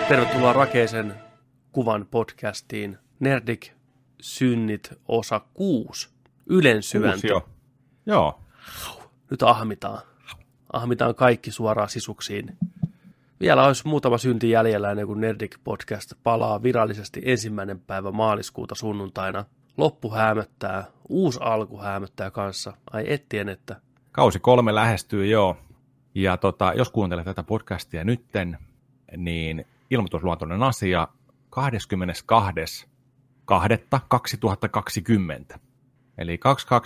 Tervetuloa Rakeisen kuvan podcastiin. Nerdik synnit osa 6. Ylen syväntä. Joo. Nyt ahmitaan. Ahmitaan kaikki suoraan sisuksiin. Vielä olisi muutama synti jäljellä ennen kuin Nerdik podcast palaa virallisesti 1. päivä maaliskuuta sunnuntaina. Loppu häämöttää, uusi alku häämöttää kanssa. Ai ettien, että. Kausi 3 lähestyy, joo. Ja jos kuuntelet tätä podcastia nytten, niin ilmoitusluontoinen asia 22.2.2020. Eli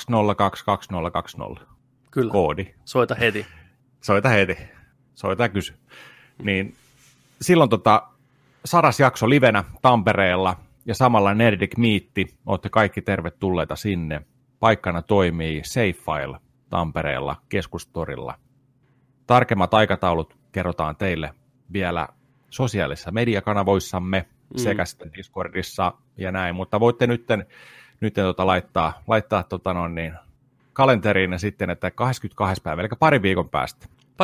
22022020. Kyllä. Koodi. Soita heti. Soita ja kysy. Niin silloin 100. jakso livenä Tampereella ja samalla Nerdik Miitti. Olette kaikki tervetulleita sinne. Paikkana toimii Safefile Tampereella keskustorilla. Tarkemmat aikataulut kerrotaan teille vielä sosiaalisissa mediakanavoissamme sekä sitten Discordissa ja näin, mutta voitte nyt laittaa kalenteriin sitten, että 22. päivä, eli pari viikon päästä.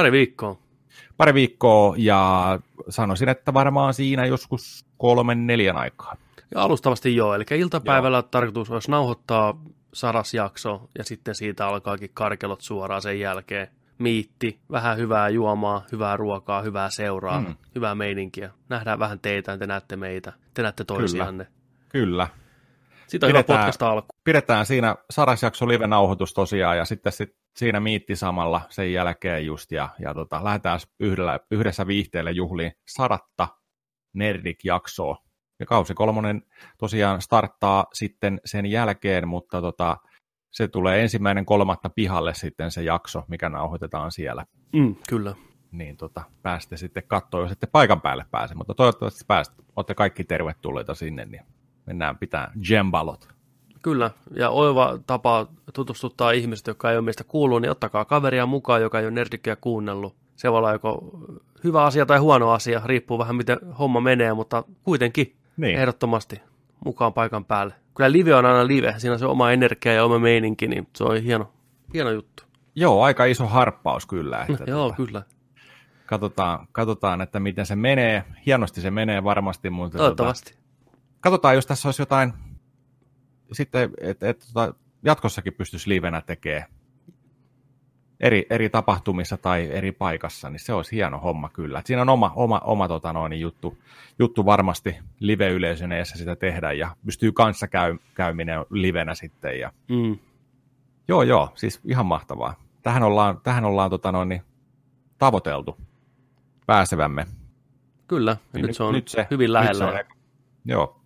Pari viikkoa ja sanoisin, että varmaan siinä joskus 3-4 aikaa. Ja alustavasti joo, eli iltapäivällä tarkoitus olisi nauhoittaa 100. jakso ja sitten siitä alkaakin karkelot suoraan sen jälkeen. Miitti, vähän hyvää juomaa, hyvää ruokaa, hyvää seuraa, hyvää meininkiä. Nähdään vähän teitä, te näette meitä, te näette toisianne. Kyllä. Sitten on hyvä podcast alku. Pidetään siinä 100. jakso live-nauhoitus tosiaan ja sitten siinä Miitti samalla sen jälkeen just ja lähdetään yhdessä viihteelle juhliin 100. Nerdik-jaksoa. Ja kausi 3 tosiaan starttaa sitten sen jälkeen, mutta se tulee 1.3. pihalle sitten se jakso, mikä nauhoitetaan siellä. Kyllä. Niin pääsette sitten katsoa, jos ette paikan päälle pääse, mutta toivottavasti pääsette. Olette kaikki tervetulleita sinne, niin mennään pitää gembalot. Kyllä, ja oiva tapa tutustuttaa ihmiset, jotka ei ole meistä kuullut, niin ottakaa kaveria mukaan, joka ei ole Nerdikkiä kuunnellut. Se voi olla joko hyvä asia tai huono asia, riippuu vähän miten homma menee, mutta kuitenkin ehdottomasti mukaan paikan päälle. Kyllä live on aina live, siinä on se oma energia ja oma meininki, niin se on hieno juttu. Joo, aika iso harppaus kyllä. Että joo, kyllä. Katsotaan, että miten se menee. Hienosti se menee varmasti. Mutta toivottavasti. Katsotaan, jos tässä olisi jotain, sitten, että jatkossakin pystyisi livenä tekemään eri tapahtumissa tai eri paikassa, niin se olisi hieno homma kyllä. Et siinä on oma juttu varmasti live-yleisön edessä sitä tehdä ja pystyy kanssa käyminen livenä sitten. Ja Joo, siis ihan mahtavaa. Tähän ollaan tavoiteltu pääsevämme. Kyllä, ja nyt se on hyvin lähellä. Joo.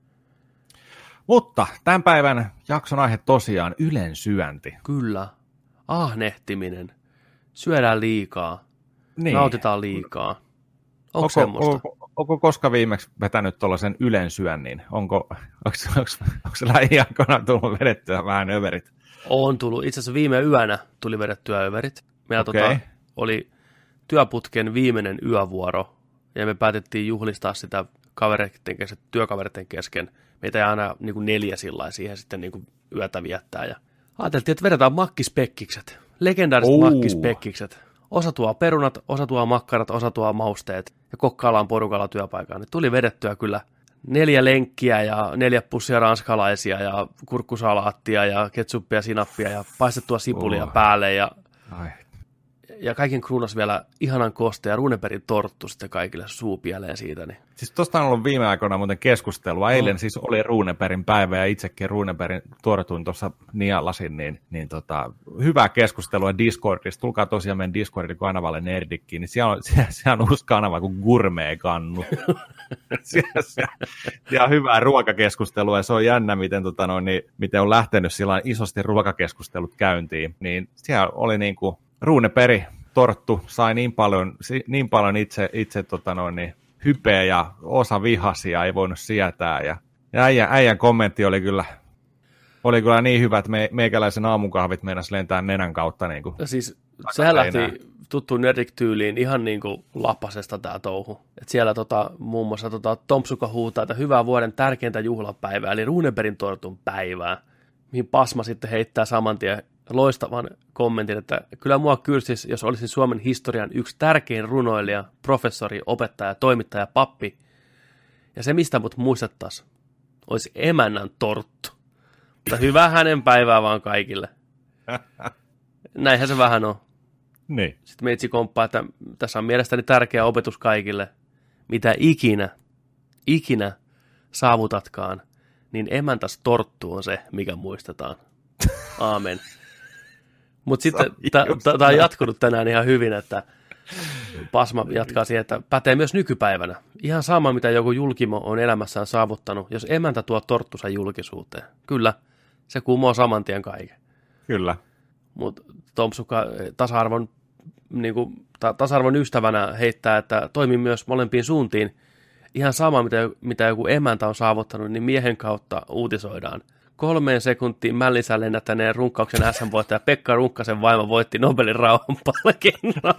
Mutta tämän päivän jakson aihe tosiaan Ylen syönti. Kyllä. Ahnehtiminen. Syödään liikaa. Nautitaan liikaa. Onko semmoista? Onko koska viimeksi vetänyt tuollaisen Ylen syönnin? Onko se lähiaikoina tullut vedettyä vähän överit? On tullut. Itse asiassa viime yönä tuli vedettyä överit. Meillä oli työputken viimeinen yövuoro, ja me päätettiin juhlistaa sitä työkavereiden kesken. Meitä ei aina niin kuin 4 sillä siihen sitten niin kuin yötä viettää. Ja ajateltiin, että vedetään makkispekkikset. Legendaariset makkispekkikset. Osa tuo perunat, osa tuo makkarat, osa tuo mausteet. Ja kokkaillaan porukalla työpaikaan. Niin tuli vedettyä kyllä 4 lenkkiä ja 4 pussia ranskalaisia ja kurkkusalaattia ja ketsuppia, sinappia ja paistettua sipulia päälle. Ja kaiken kruunas vielä ihanan koste ja Runebergin torttu sitten kaikille suupieleen siitä. Niin. Siis tuosta on ollut viime aikoina muuten keskustelua. Eilen siis oli Runebergin päivä ja itsekin Runebergin tortuin tuossa nialasin. Niin hyvää keskustelua Discordissa. Tulkaa tosiaan meidän Discordin kanavalle Nerdikkiin. Niin siellä on uusi kanava kuin Gourmet-kannu. siellä on hyvää ruokakeskustelua ja se on jännä, miten on lähtenyt sillä isosti ruokakeskustelut käyntiin. Niin siellä oli niinku Runeberg torttu sai niin paljon itse hypeä ja osa vihasia ei voinut sietää. Ja äijän kommentti oli kyllä niin hyvä, että meikäläisen aamukahvit meinasi lentää nenän kautta. Niin kuin siis sehän lähti tuttuun Nerdik-tyyliin ihan niin kuin lapasesta tämä touhu. Et siellä muun muassa Tompsuka huutaa, että hyvää vuoden tärkeintä juhlapäivää, eli Runebergin tortun päivää, mihin Pasma sitten heittää saman tien loistavan kommentin, että kyllä mua kyrsisi, jos olisin Suomen historian yksi tärkein runoilija, professori, opettaja, toimittaja, pappi. Ja se, mistä mut muistettaisiin, olisi emännän torttu. Mutta hyvää hänen päivää vaan kaikille. Näinhän se vähän on. Niin. Sitten meitsi komppaa, että tässä on mielestäni tärkeä opetus kaikille. Mitä ikinä saavutatkaan, niin emäntäs torttu on se, mikä muistetaan. Aamen. Mutta sitten tämä on jatkunut tänään ihan hyvin, että Pasma jatkaa siihen, että pätee myös nykypäivänä. Ihan sama, mitä joku julkimo on elämässään saavuttanut, jos emäntä tuo torttusa julkisuuteen. Kyllä, se kumoo saman tien kaiken. Kyllä. Mutta Tomsuka tasa-arvon ystävänä heittää, että toimii myös molempiin suuntiin. Ihan sama, mitä joku emäntä on saavuttanut, niin miehen kautta uutisoidaan. 3 sekuntiin mällisään lennättäneen runkkauksen SM-voittaja Pekka Runkkasen vaimo voitti Nobelin rauhanpalkinnon.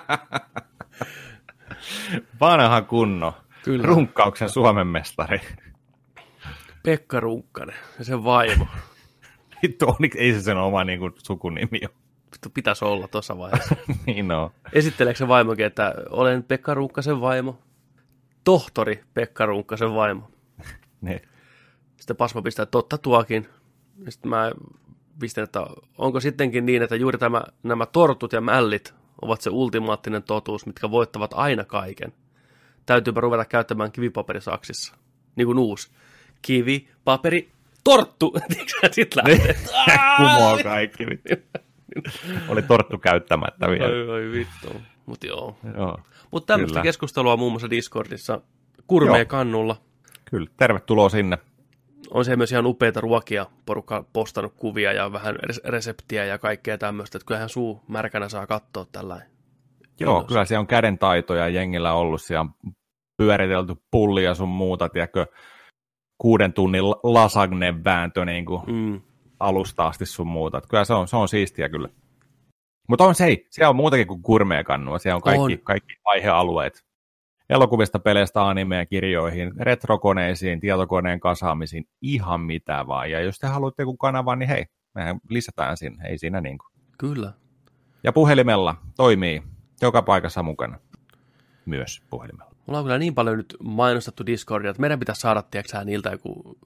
Vanha kunno. Kyllä. Runkkauksen Suomen mestari. Pekka Runkkanen ja sen vaimo. Vittu, ei se sen oma niin kuin, sukunimi ole. Vittu, pitäisi olla tuossa vaiheessa. Niin on. Esitteleekö se vaimokin, että olen Pekka Runkkasen vaimo? Tohtori Pekka Runkkasen vaimo. Niin. Sitten Pasma pistää, että totta tuokin. Sitten mä pistän, että onko sittenkin niin, että juuri nämä tortut ja mällit ovat se ultimaattinen totuus, mitkä voittavat aina kaiken. Täytyypä ruveta käyttämään kivipaperisaksissa. Niin kuin uusi. Kivi, paperi, torttu. Sitten lähtee. Kumoaa kaikki. Oli torttu käyttämättä vielä. Oi vittu. Mutta joo. Mutta tämmöistä keskustelua muun muassa Discordissa Gourmet-kannulla. Kyllä, tervetuloa sinne. On se myös ihan upeita ruokia, porukka postannut kuvia ja vähän reseptiä ja kaikkea tämmöistä, että kyllähän suu märkänä saa katsoa tällainen. Joo, kyllä siellä on kädentaitoja jengillä ollut, siellä on pyöritelty pullia sun muuta, tiedätkö, 6 tunnin lasagne-vääntö niin kuin alusta asti sun muuta, että kyllä se on siistiä kyllä. Mutta siellä on muutakin kuin gourmet-kannua, siellä on kaikki aihealueet. Elokuvista, peleistä, animeen, kirjoihin, retrokoneisiin, tietokoneen kasaamisiin, ihan mitä vaan. Ja jos te haluatte joku kanavan, niin hei, mehän lisätään sinne, ei siinä niin kuin. Kyllä. Ja puhelimella toimii joka paikassa mukana, myös puhelimella. Mulla on kyllä niin paljon nyt mainostettu Discordia, että meidän pitäisi saada, niiltä joku,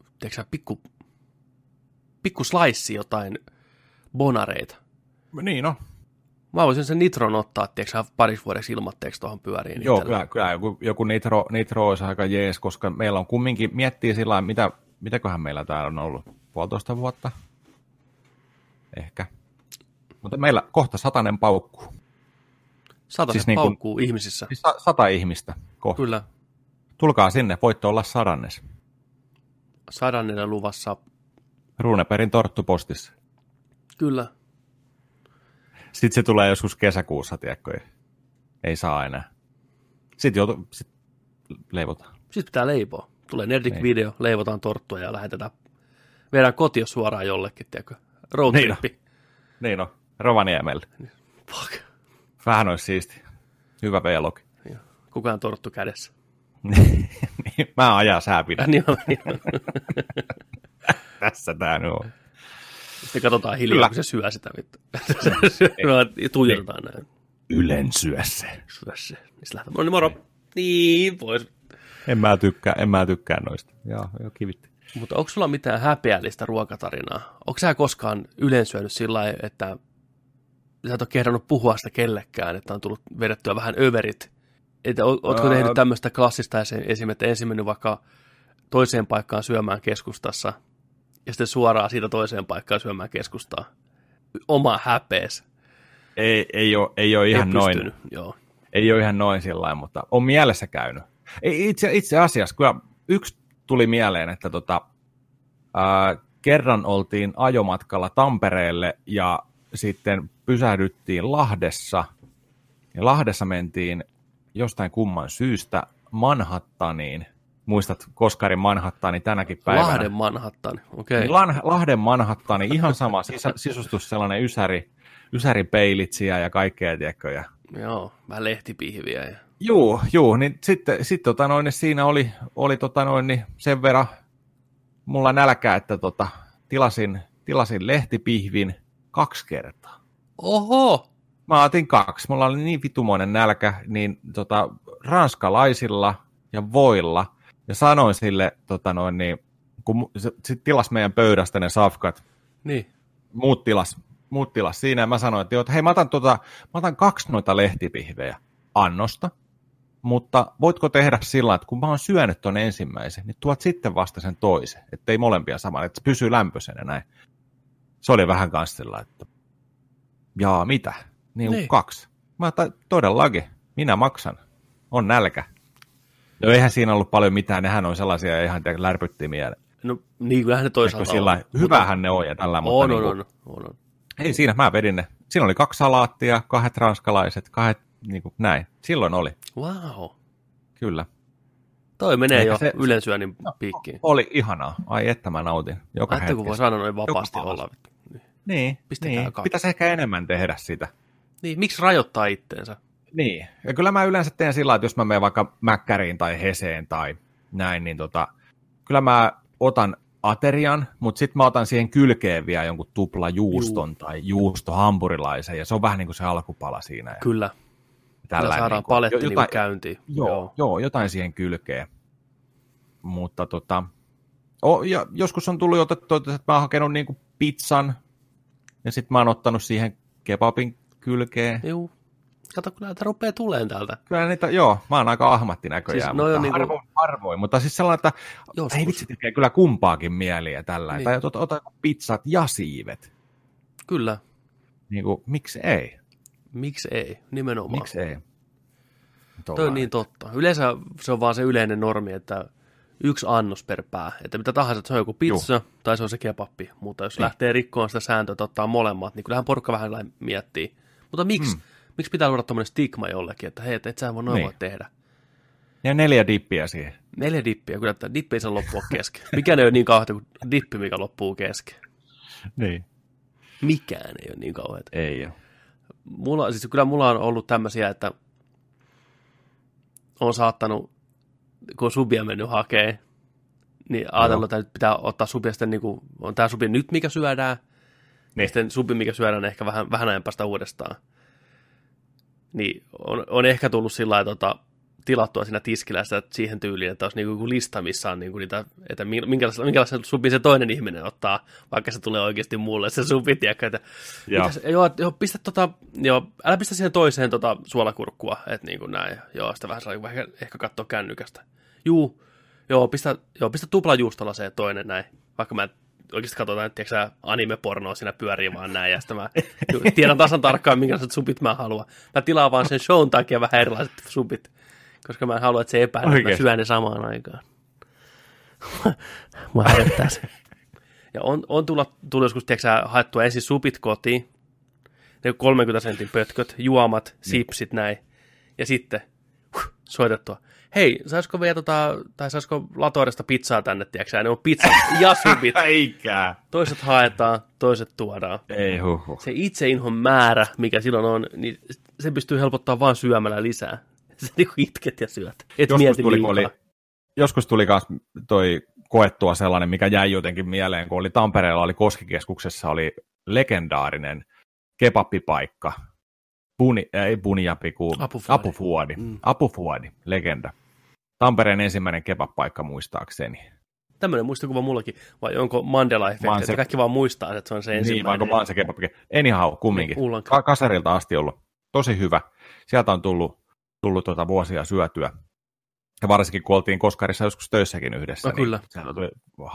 pikku slice jotain bonareita. Niin no. Mä voisin sen Nitron ottaa, pariksi vuodeksi ilmatteeksi tuohon pyöriin. Joo, kyllä joku Nitro olisi aika jees, koska meillä on kumminkin, miettii sillä lailla, mitäköhän meillä täällä on ollut, 1,5 vuotta? Ehkä. Mutta meillä kohta 100 paukkuu. 100 siis paukkuu niin ihmisissä. Siis 100 ihmistä kohta. Kyllä. Tulkaa sinne, voitte olla 100. 100 luvassa. Runeperin torttupostissa. Kyllä. Sitten se tulee joskus kesäkuussa, tiedätkö? Ei saa enää. Sitten leivotaan. Sitten pitää leipoa. Tulee Nerdik-video, leivotaan torttua ja lähetetään. Viedään kotiin suoraan jollekin, tiedätkö? Roadtrippi. Niin on. Rovaniemelle. Fuck. Vähän olisi siisti. Hyvä V-logi. Kukaan torttu kädessä. Niin, mä ajan, sä pidät. Niin Tässä tää nyt on. Sitten katsotaan hiljaa, kun se syö sitä vittu. Tuijotetaan näin. Ylen syö se. No niin, moro. Niin, pois. En mä tykkää noista. Joo, kivitti. Mutta onko sulla mitään häpeällistä ruokatarinaa? Onko sä koskaan Ylen syönyt sillä lailla, että sä et ole kehdannut puhua sitä kellekään, että on tullut vedettyä vähän överit? Että ootko tehnyt tämmöistä klassista esimerkiksi, ensin mennyt vaikka toiseen paikkaan syömään keskustassa, ja sitten suoraan siitä toiseen paikkaan syömään keskustaa. Oma häpees. Ei ole ihan noin. Joo. Ei ole ihan noin sillä lailla, mutta on mielessä käynyt. Itse asiassa, kyllä yksi tuli mieleen, että kerran oltiin ajomatkalla Tampereelle ja sitten pysähdyttiin Lahdessa. Ja Lahdessa mentiin jostain kumman syystä Manhattaniin. Muistat Koskarin Manhattani tänäkin päivänä? Lahden Manhattani, okei. Okay. Lahden Manhattani, ihan sama sisustus, sellainen ysäripeilit ja kaikkea, tiedätkö? Joo, vähän lehtipihviä. Ja... Joo, niin sitten siinä oli sen verran mulla nälkää, että tilasin lehtipihvin 2 kertaa. Oho! Mä otin 2. Mulla oli niin vitumoinen nälkä, niin ranskalaisilla ja voilla. Ja sanoin sille, kun se tilas meidän pöydästä ne safkat. Niin. Muut tilas siinä. Ja mä sanoin, että hei, mä otan 2 noita lehtipihvejä annosta. Mutta voitko tehdä sillä, että kun mä oon syönyt ton ensimmäisen, niin tuot sitten vasta sen toisen. Että ei molempia samalla, että se pysyy lämpöisenä näin. Se oli vähän kanssa sillä, että jaa, mitä? Niin. 2. Mä otan todellakin. Minä maksan. On nälkä. No eihän siinä ollut paljon mitään. Nehän on sellaisia ihan lärpyttiin mieleen. No niin, kyllähän ne toisaalta on. Hyvähän ne on ja tällä. On. Ei siinä, mä vedin ne. Siinä oli 2 salaattia, 2 ranskalaiset, 2 niin kuin näin. Silloin oli. Wow. Kyllä. Toi menee jo ylensyönnin piikkiin. Oli ihanaa. Ai että mä nautin. Joka hetki. Kun voi sanoa noin vapaasti olla. Niin. Pitäisi ehkä enemmän tehdä sitä. Niin, miksi rajoittaa itteensä? Niin. Ja kyllä mä yleensä teen sillä, että jos mä menen vaikka Mäkkäriin tai Heseen tai näin, niin kyllä mä otan aterian, mutta sitten mä otan siihen kylkeen vielä jonkun tuplajuuston tai juustohampurilaisen, ja se on vähän niin kuin se alkupala siinä. Kyllä. Tällä saadaan paletti niin käyntiin. Joo, jotain siihen kylkeen. Mutta ja joskus on tullut että mä oon hakenut niin kuin pizzan, ja sitten mä oon ottanut siihen kebabin kylkeen. Joo. Kato, kun näitä rupeaa tulemaan täältä. Kyllä niitä, mä oon aika ahmatti näköjään, siis mutta harvoin. Mutta siis sellainen, että ei vitsi tekee kyllä kumpaakin mieliä tällä. Niin. Tai ota pizzat ja siivet. Kyllä. Niin kuin, miksi ei? Miksi ei, nimenomaan. Miksi ei? Toi on niin totta. Yleensä se on vaan se yleinen normi, että 1 annos per pää. Että mitä tahansa, että se on joku pizza tai se on se kebappi. Mutta jos lähtee rikkoon sitä sääntöä, että ottaa molemmat, niin kyllähän porukka vähän miettii. Mutta miksi? Miksi pitää luoda tommoinen stigma jollekin, että hei, et sä voi noin voi tehdä. Ja 4 dippiä siihen. 4 dippiä, kyllä että dippi ei saa loppua kesken. Mikään ei ole niin kauheata kuin dippi, mikä loppuu kesken. Niin. Mikään ei ole niin kauheata. Ei ole. Kyllä mulla on ollut tämmöisiä, että on saattanut, kun on subia mennyt hakee, niin ajatellut, että nyt pitää ottaa subia sitten, niin kuin, on tämä subi nyt, mikä syödään, niin sitten subi, mikä syödään ehkä vähän ajan päästä uudestaan. Niin on ehkä tullut sillä lailla tilattua siinä tiskillä sitä siihen tyyliin, että olisi niin kuin lista, missä on niin kuin niitä, että minkälaisen supin se toinen ihminen ottaa, vaikka se tulee oikeasti mulle se supi, tiedätkö, että älä pistä siihen toiseen suolakurkkua, että niin kuin näin, sitä vähän saa ehkä katsoa kännykästä. Pistä tuplajuustolla se toinen näin, vaikka mä oikeasti katsotaan, että tiedätkö anime-pornoa siinä pyörii vaan näin, ja sitten mä tiedän tasan tarkkaan, minkälaiset supit mä haluan. Mä tilaan vaan sen shown takia vähän erilaiset supit, koska mä en halua, että se epäilee, että mä syön ne samaan aikaan. Mä hävettää se. Ja on tullut joskus, tiedätkö haettua ensin supit kotiin, ne 30 sentin pötköt, juomat, sipsit näin, ja sitten soitettua. Hei, saisiko vielä tai saisiko Latoiresta pizzaa tänne, tiedätkö? Ne on pizzat ja supit. Eikä. Toiset haetaan, toiset tuodaan. Ei huhu. Se itseinhon määrä, mikä silloin on, niin se pystyy helpottaa vaan syömällä lisää. Se niinku itket ja syöt. Joskus tuli myös toi koettua sellainen, mikä jäi jotenkin mieleen, kun oli Tampereella, oli Koskikeskuksessa, oli legendaarinen kebappipaikka. Apufuodi. Apufuodi, legenda. Tampereen ensimmäinen kebab-paikka muistaakseni. Tämmöinen muistikuva mullakin, vai onko Mandela-efekti, että kaikki vaan muistaa, että se on se ensimmäinen. Niin, vai onko se kebab? Anyhow, kumminkin. Kasarilta asti ollut. Tosi hyvä. Sieltä on tullut vuosia syötyä. Ja varsinkin kun oltiin Koskarissa joskus töissäkin yhdessä, niin kyllä. Sieltä tuli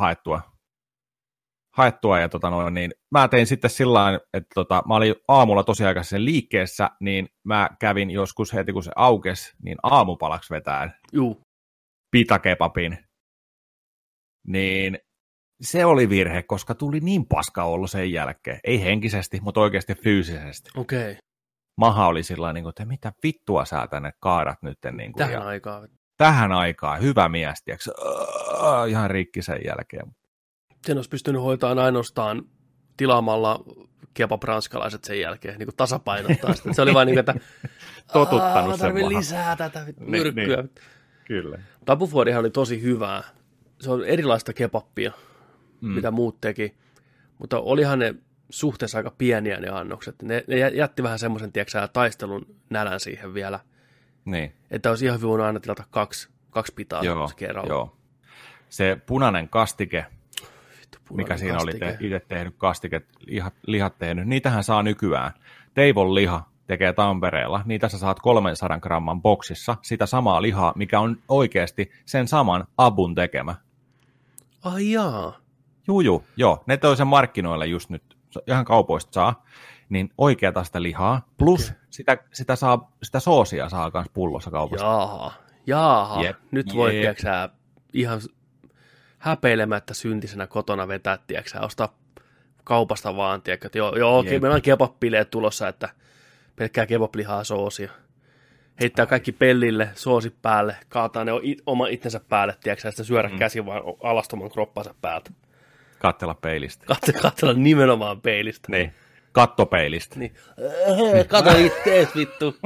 haettua ja niin mä tein sitten sillain, että mä olin aamulla tosi aikaisen liikkeessä, niin mä kävin joskus heti kun se aukesi, niin aamupalaksi vetään pitakebabin. Niin se oli virhe, koska tuli niin paska olo sen jälkeen. Ei henkisesti, mutta oikeasti fyysisesti. Okei. Maha oli sillain, että mitä vittua sä tänne kaadat nyt. Niin kuin, Tähän aikaan. Hyvä mies, tiiäks, ihan rikki sen jälkeen. Sen olisi pystynyt hoitamaan ainoastaan tilaamalla kebab-ranskalaiset sen jälkeen, niin kuin tasapainottaa sitä. Se oli vain niin, että totuttanut sen tarvii lisää tätä myrkkyä. Niin. Kyllä. Apufuodihan oli tosi hyvää. Se on erilaista kebappia, mitä muut teki. Mutta olihan ne suhteessa aika pieniä ne annokset. Ne jätti vähän semmoisen, tiedätkö, taistelun nälän siihen vielä. Niin. Että olisi ihan hyvin voinut aina tilata kaksi pitaa kerralla. Joo. Se punainen kastike, mikä siinä kastike. oli itse tehnyt kastiket, lihat tehnyt, niitähän saa nykyään. Teivon liha tekee Tampereella, niitä sä saat 300 gramman boksissa, sitä samaa lihaa, mikä on oikeasti sen saman Abun tekemä. Ai jaa. Joo, ne toi sen markkinoille just nyt, ihan kaupoista saa, niin oikeata sitä lihaa, plus sitä soosia saa myös pullossa kaupasta. Jaha. Nyt voi, tiedätkö, ihan häpeilemättä syntisenä kotona vetää, tiedätkö, ostaa kaupasta vaan, tiedätkö, että joo, okei, meillä on kebab-bileet tulossa, että pelkkää kebab-lihaa soosia. Heittää kaikki pellille, soosi päälle, kaataa ne oma itsensä päälle, tiedätkö, ja sitten syödä käsin vaan alastoman kroppansa päältä. Katsella peilistä. Katsella nimenomaan peilistä. Niin, kattopeilistä. Niin. Kato ittees, vittu.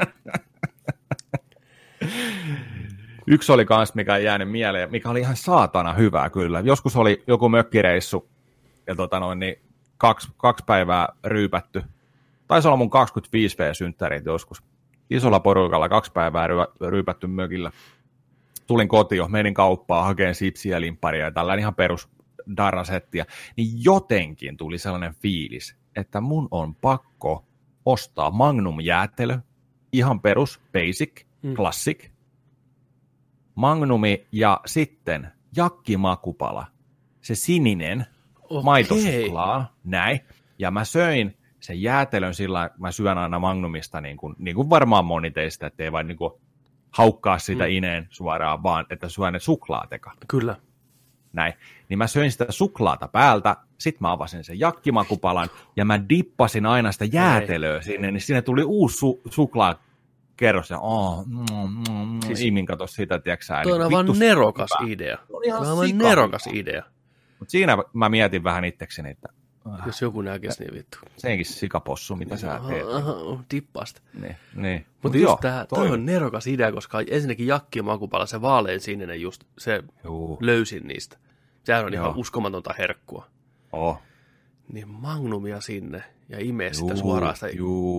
Yksi oli kans, mikä ei jäänyt mieleen, mikä oli ihan saatana hyvää kyllä. Joskus oli joku mökkireissu, ja niin 2 päivää ryypätty. Taisi olla mun 25V-synttärit joskus. Isolla porukalla 2 päivää ryypätty mökillä. Tulin kotiin, menin kauppaan, hakeen sipsiä, limpparia ja tällainen ihan perus darrasettia. Niin jotenkin tuli sellainen fiilis, että mun on pakko ostaa Magnum-jäätelö, ihan perus, basic, classic, Magnumi ja sitten jakkimakupala, se sininen, maitosuklaa, näin. Ja mä söin sen jäätelön sillä, mä syön aina Magnumista, niin kuin varmaan moni teistä, ettei vain niin kuin haukkaa sitä ineen suoraan, vaan että syön ne suklaateka. Kyllä. Näin. Niin mä söin sitä suklaata päältä, sit mä avasin sen jakkimakupalan, ja mä dippasin aina sitä jäätelöä sinne, niin sinne tuli uusi suklaakerros, ja siis, Imin kato sitä, tiedätkö sä. Toi on aivan nerokas idea. Nerokas idea. Mutta siinä mä mietin vähän itsekseni, että jos joku näkisi, niin vittu. Senkin sikapossu, mitä sä teet. Dippasta. Niin. Mutta just toi on nerokas idea, koska ensinnäkin jakkimakupala, se vaalean sininen just, se löysin niistä. Sehän on ihan uskomatonta herkkua. Niin Magnumia sinne ja imee sitä suoraan sitä.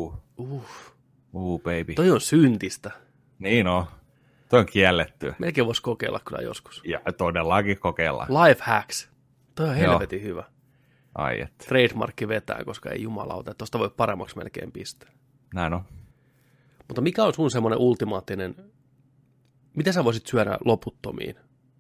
Baby. Toi on syntistä. Niin on. Toi on kiellettyä. Melkein voisi kokeilla kyllä joskus. Ja todellakin kokeillaan. Life hacks. Toi on helvetin hyvä. Ai että. Trademarkki vetää, koska ei jumalauta. Tuosta voi paremmaksi melkein pistää. Näin on. Mutta mikä on sun semmoinen ultimaattinen, mitä sä voisit syödä loputtomiin?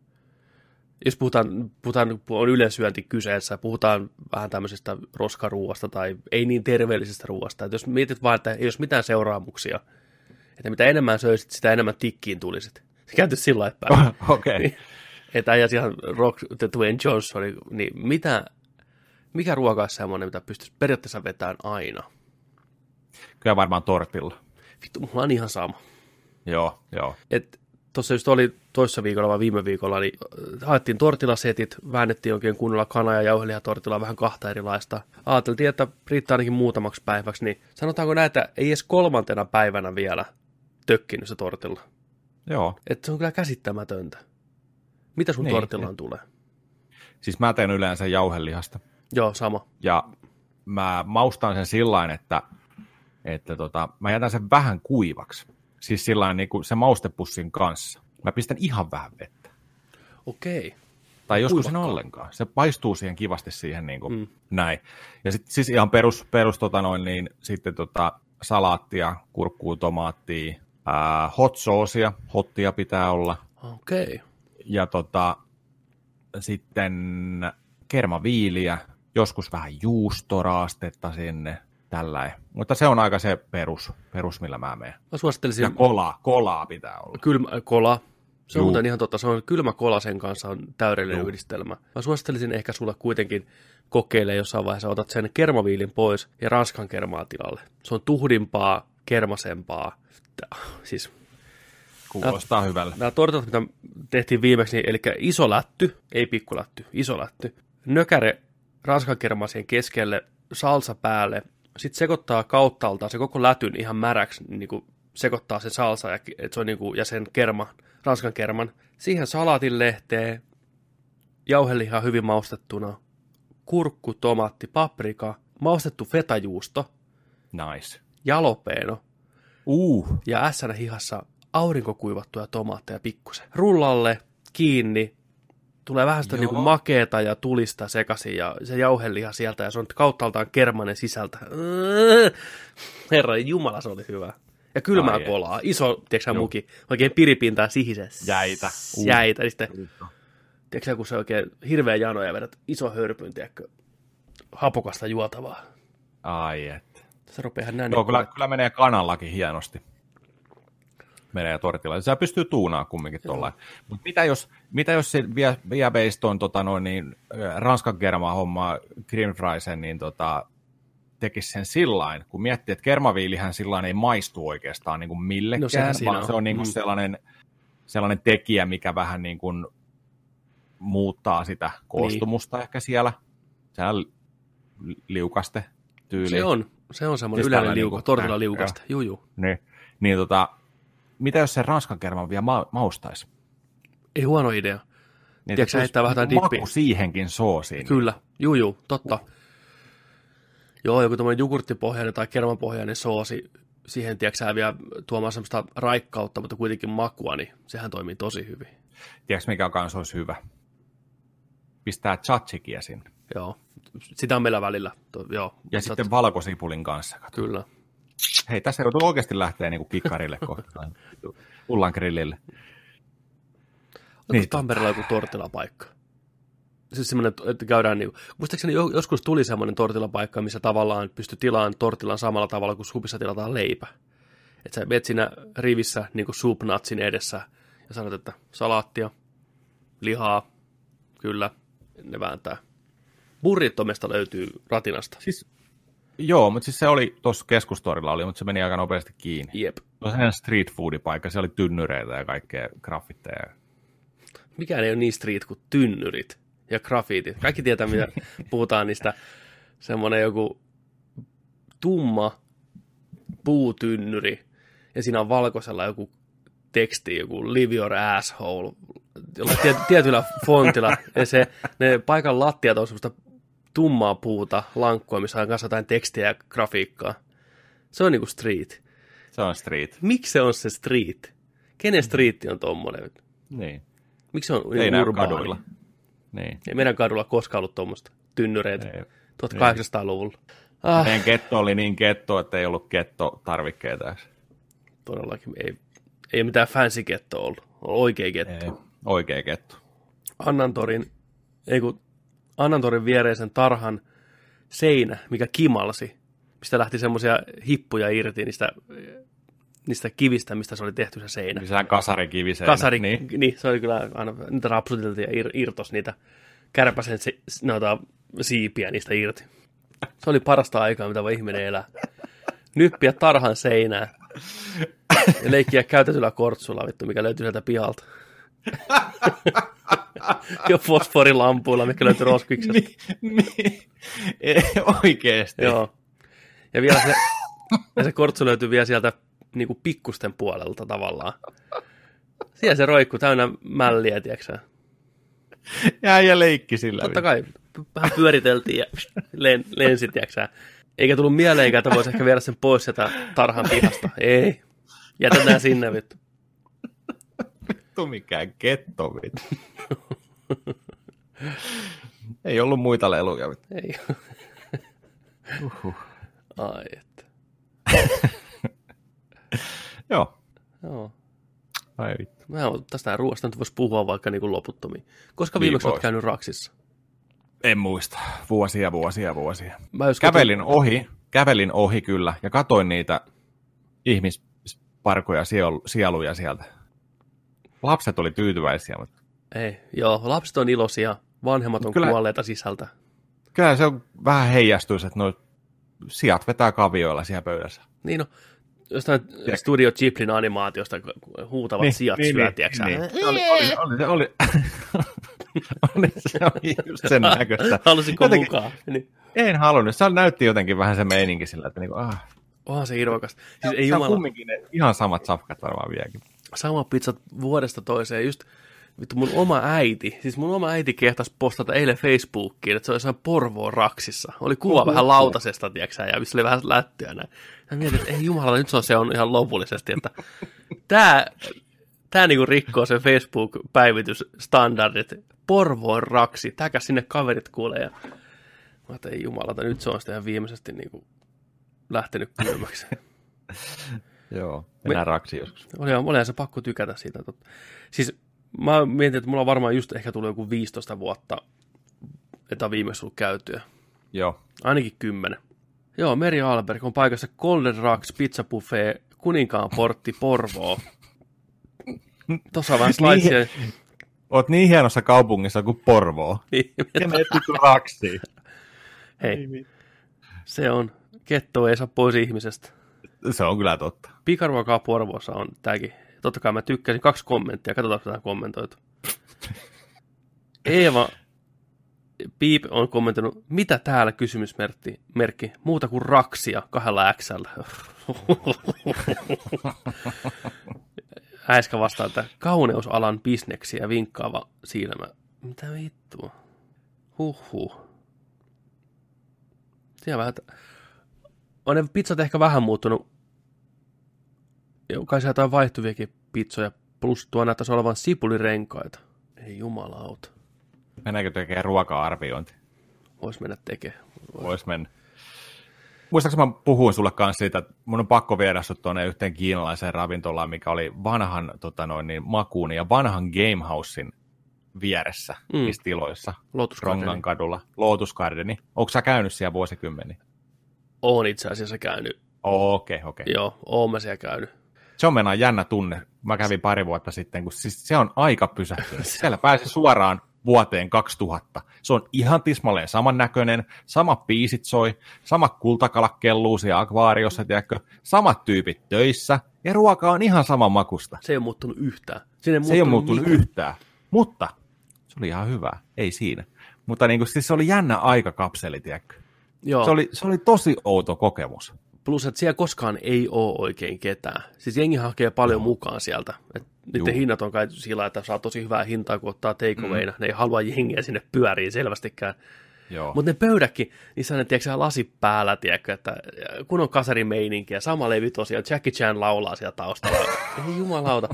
Jos puhutaan on ylensyönti kyseessä, puhutaan vähän tämmöisestä roskaruuasta tai ei niin terveellisestä ruuasta. Että jos mietit vaan, että ei olisi mitään seuraamuksia, että mitä enemmän söisit, sitä enemmän tikkiin tulisit. Se kääntyisi sillä lailla päin. Okei. Että äijäs ihan Rock the Dwayne Johnson, niin mikä ruoka olisi semmoinen, mitä pystyisi periaatteessa vetämään aina? Kyllä varmaan tortilla. Vittu, mulla on ihan sama. Joo. Tuossa just oli toissa viikolla vai viime viikolla, niin haettiin tortilasetit, väännettiin oikein kunnolla kana- ja jauhelihatortilla vähän 2 erilaista. Ajateltiin, että riittää ainakin muutamaksi päiväksi, niin sanotaanko näitä, ei edes 3. päivänä vielä tökkinyt se tortilla. Joo. Että se on kyllä käsittämätöntä. Mitä sun tortillaan tulee? Siis mä teen yleensä jauhelihasta. Joo, sama. Ja mä maustan sen sillain, että mä jätän sen vähän kuivaksi. Siis sillain niin kuin se maustepussin kanssa. Mä pistän ihan vähän vettä. Okei. Tai joskus sen ollenkaan. Se paistuu siihen kivasti siihen niin kuin näin. Ja sitten siis ihan perus sitten salaattia, kurkkuu, tomaattia, hot saucea, hottia pitää olla. Okei. Ja sitten kermaviiliä, joskus vähän juustoraastetta sinne, tällainen. Mutta se on aika se perus millä mä menen. Mä suosittelisin. Ja kolaa pitää olla. Kylmä kola. Se on muuten ihan totta. Se on kylmä kola, sen kanssa on täydellinen yhdistelmä. Mä suosittelisin ehkä sulle kuitenkin kokeile jossain vaiheessa, otat sen kermaviilin pois ja ranskan kermaa tilalle. Se on tuhdimpaa, kermasempaa. Siis kuulostaa hyvällä. Nämä tortat, mitä tehtiin viimeksi, niin, eli iso lätty, ei pikkulätty, iso lätty. Nökäre ranskankermaa keskelle, salsa päälle, sitten sekoittaa kauttaaltaan se koko lätyn ihan märäksi, niin kuin sekoittaa sen salsa ja, se on niin kuin, ja sen ranskan kerman. Siihen salaatin lehteen, jauhelihaa hyvin maustettuna, kurkku, tomaatti, paprika, maustettu fetajuusto, Nice. jalopeeno ja ässänä hihassa aurinkokuivattuja tomaatteja pikkusen. Rullalle, kiinni, tulee vähän sitä niin kuin makeeta ja tulista sekaisin ja se jauheliha sieltä ja se on kauttaaltaan kermanen sisältä. Herra Jumala, se oli hyvä. Ja kylmää kolaa, iso, tiedätkö muki, oikein piripintaa sihisee. Jäitä. Jäitä, niin sitten, tiedätkö kun se oikein hirveä jano ja vedät iso hörpyn, tiedätkö, hapokasta juotavaa. Ai että. Se rupeaa näin. Joo, kyllä menee kanallakin hienosti. Menee tortilla. Se pystyy tuunaamaan kumminkin tuollainen. Mutta mitä jos se vie based on Ranskan kermaa hommaa cream friesen, niin tekisi sen sillain, kun miettii, että kermaviilihän sillain ei maistu oikeastaan niin kuin millekään, vaan se on niin kuin sellainen tekijä, mikä vähän niin kuin muuttaa sitä koostumusta ehkä siellä. Sehän liukaste tyyli. Se on semmoinen yleinen tortilla liukaste. Niin mitä jos se Ranskan kerman vielä maustaisi? Ei huono idea. Niin, tiedätkö heittää vähän dippiä? Maku siihenkin soosiin. Kyllä, totta. Joo, joku tämmöinen jogurttipohjainen tai kermanpohjainen soosi, siihen tiedätkö vielä tuomaan semmoista raikkautta, mutta kuitenkin makua, niin sehän toimii tosi hyvin. Tiedätkö mikä kanssa olisi hyvä? Pistää tzatziki sinne. Joo, sitä on meillä välillä. Ja sitten valkosipulin kanssa. Kato. Kyllä. Hei, tässä joutuu oikeasti lähteä niin kuin kikkarille kohtaan. Ullan grillille. Onko Tampereella joku tortilapaikka? Siis semmoinen, että käydään niin kuin, muistaakseni joskus tuli semmoinen tortilapaikka, missä tavallaan pystyy tilaamaan tortilan samalla tavalla kuin supissa tilataan leipä. Että sä menet siinä rivissä niin kuin soup-natsin edessä ja sanot, että salaattia, lihaa, kyllä, ne vääntää. Burritomesta löytyy ratinasta. Joo, mutta siis se oli tuossa keskustorilla, mutta se meni aika nopeasti kiinni. Jep. Se on sellainen street foodipaikka, siellä oli tynnyreitä ja kaikkea graffitteja. Mikään ei ole niin street kuin tynnyrit ja graffitit. Kaikki tietää, mitä puhutaan niistä. Semmoinen joku tumma puutynnyri ja siinä on valkoisella joku teksti, joku live your asshole, jollain tietyllä fontilla. Ja ne paikan lattiat on semmoista tummaa puuta, lankkua, missä on kanssa jotain tekstiä ja grafiikkaa. Se on niinku street. Se on street. Miksi se on se street? Kenen streetti on tommoinen? Niin. Miksi se on ei urbaani? Kaduilla. Niin. Ei meidän kadulla koskaan ollut tuommoista tynnyreitä. 1800-luvulla. Meidän ketto oli niin ketto, että ei ollut kettotarvikkeita. Todellakin. Ei mitään fancy kettoa ollut. Oikea ketto. Ei. Oikea ketto. Annantorin viereisen tarhan seinä, mikä kimalsi, mistä lähti semmoisia hippuja irti niistä kivistä, mistä se oli tehty se seinä. Sehän kasarikiviseinä. Niin, se oli kyllä aina, niitä rapsuteltiin ja irtos niitä kärpäsen siipiä niistä irti. Se oli parasta aikaa, mitä voi ihminen elää. Nyppiä tarhan seinää ja leikkiä käytetyllä kortsulla, vittu, mikä löytyy sieltä pihalta. Jo fosforilampuilla, mikä löytyy roskiksesta. Niin. Oikeesti. Joo. Ja vielä se kortsu löytyy vielä sieltä niinku pikkusten puolelta tavallaan. Siellä se roikku täynnä mälliä, tiiäksä. Ja leikki sillä. Totta kai. Vähän pyöriteltiin ja lensi, tiiäksä. Eikä tullut mieleenkään, että voisi ehkä viedä sen pois sieltä tarhan pihasta. Ei. Jätetään sinne, vittu. Vittu mikään ketto, vittu. Ei ollut muita leluja. Vittu. Ei. Ai, että. Joo. Ai vittu. Tästä ruoasta nyt voisi puhua vaikka niin kuin loputtomiin. Koska viimeksi olet käynyt Raksissa? En muista. Vuosia. Kävelin ohi kyllä ja katoin niitä ihmisparkoja, sieluja sieltä. Lapset oli tyytyväisiä, mutta... Ei, joo, lapset on iloisia, vanhemmat on kuolleita sisältä. Kyllä se on vähän heijastuisi, että nuo sijat vetää kavioilla siellä pöydässä. Niin no, jostain Studio Ghiblin animaatiosta huutavat sijat syö, tiiäksä. Se oli just sen näköistä. Halusitko mukaan? Niin. En halunnut. Se näytti jotenkin vähän se meininki sillä, että onhan se irvokasta. Siis se on kumminkin ne ihan samat safkat varmaan vieläkin. Samat pizzat vuodesta toiseen. Just Vittu mun oma äiti kehtasi postata eilen Facebookiin, että se oli jossain Porvoon Raksissa. Oli kuva vähän lautasesta, tiiäksä, ja missä oli vähän lättyä näin. Ja mietin, että ei jumalalla, nyt se on ihan lopullisesti, että tää niinku rikkoo sen Facebook-päivitysstandardit. Porvoon Raksi, täkäs sinne kaverit kuulee. Ja mä ajattelin, ei jumalata, nyt se on sitten ihan viimeisesti niinku lähtenyt kylmäksi. Joo, mennään Raksiin joskus. Olihan se pakko tykätä siitä. Siis mä mietin, että mulla on varmaan just ehkä tullut joku 15 vuotta, että on viimeksi ollut käytyä. Joo. Ainakin 10. Joo, Meri Alberg on paikassa Golden Rocks Pizza Buffet, Kuninkaan portti, Porvoo. Tuossa on vähän slaidsia. Oot niin hienossa kaupungissa kuin Porvoo. Niin. Ja menet vittu Raksiin. Hei, se on. Ketto ei saa pois ihmisestä. Se on kyllä totta. Pikaruokaa Porvoossa on tääkin. Totta kai mä tykkäsin 2 kommenttia. Katsotaan, mitä on kommentoitu. Eeva Piip on kommentoinut, mitä täällä kysymysmerkki? Muuta kuin raksia 2 X:llä. Äiskä vastaa, että kauneusalan bisneksiä vinkkaava silmä. Mitä vittua? Huhhuh. Siellä vähän, on ne pizzat ehkä vähän muuttunut. Kai sieltä on vaihtuviakin pizzoja. Plus tuo näyttäisi olevan sipulirenkaita. Ei jumalauta. Mennäänkö tekemään ruoka-arviointi? Vois mennä tekemään. Vois mennä. Muistaakseni mä puhuin sulle kanssa siitä, että mun on pakko viedä sut tuonne yhteen kiinalaiseen ravintolaan, mikä oli vanhan makuun ja vanhan Gamehousein vieressä niissä tiloissa. Rongan kadulla. Lotus Gardeni. Onko sä käynyt siellä vuosikymmeniä? Oon itse asiassa käynyt. Okei. Joo, oon mä siellä käynyt. Se on mennään jännä tunne. Mä kävin pari vuotta sitten, kun siis se on aika pysähtynyt. Siellä pääsi suoraan vuoteen 2000. Se on ihan tismalleen samannäköinen, samat biisit soi, samat kultakalat kelluu siellä akvaariossa, tiedätkö? Samat tyypit töissä, ja ruoka on ihan saman makusta. Se ei ole muuttunut yhtään. Se ei ole muuttunut yhtään, mutta se oli ihan hyvä, ei siinä. Mutta niin kuin, siis se oli jännä aikakapseli, tiedätkö? Joo. Se oli tosi outo kokemus. Plus, että siellä koskaan ei ole oikein ketään. Siis jengi hakee paljon mukaan sieltä. Niiden hinnat on kai sillä, että saa tosi hyvää hintaa, kun ottaa takeawayna. Ne ei halua jengiä sinne pyöriin selvästikään. Mutta ne pöydätkin, niissä on ne, tiedätkö, lasit päällä, tiedätkö, että kun on kasarimeininki ja sama levy tosiaan, Jackie Chan laulaa siellä taustalla. Ei jumalauta.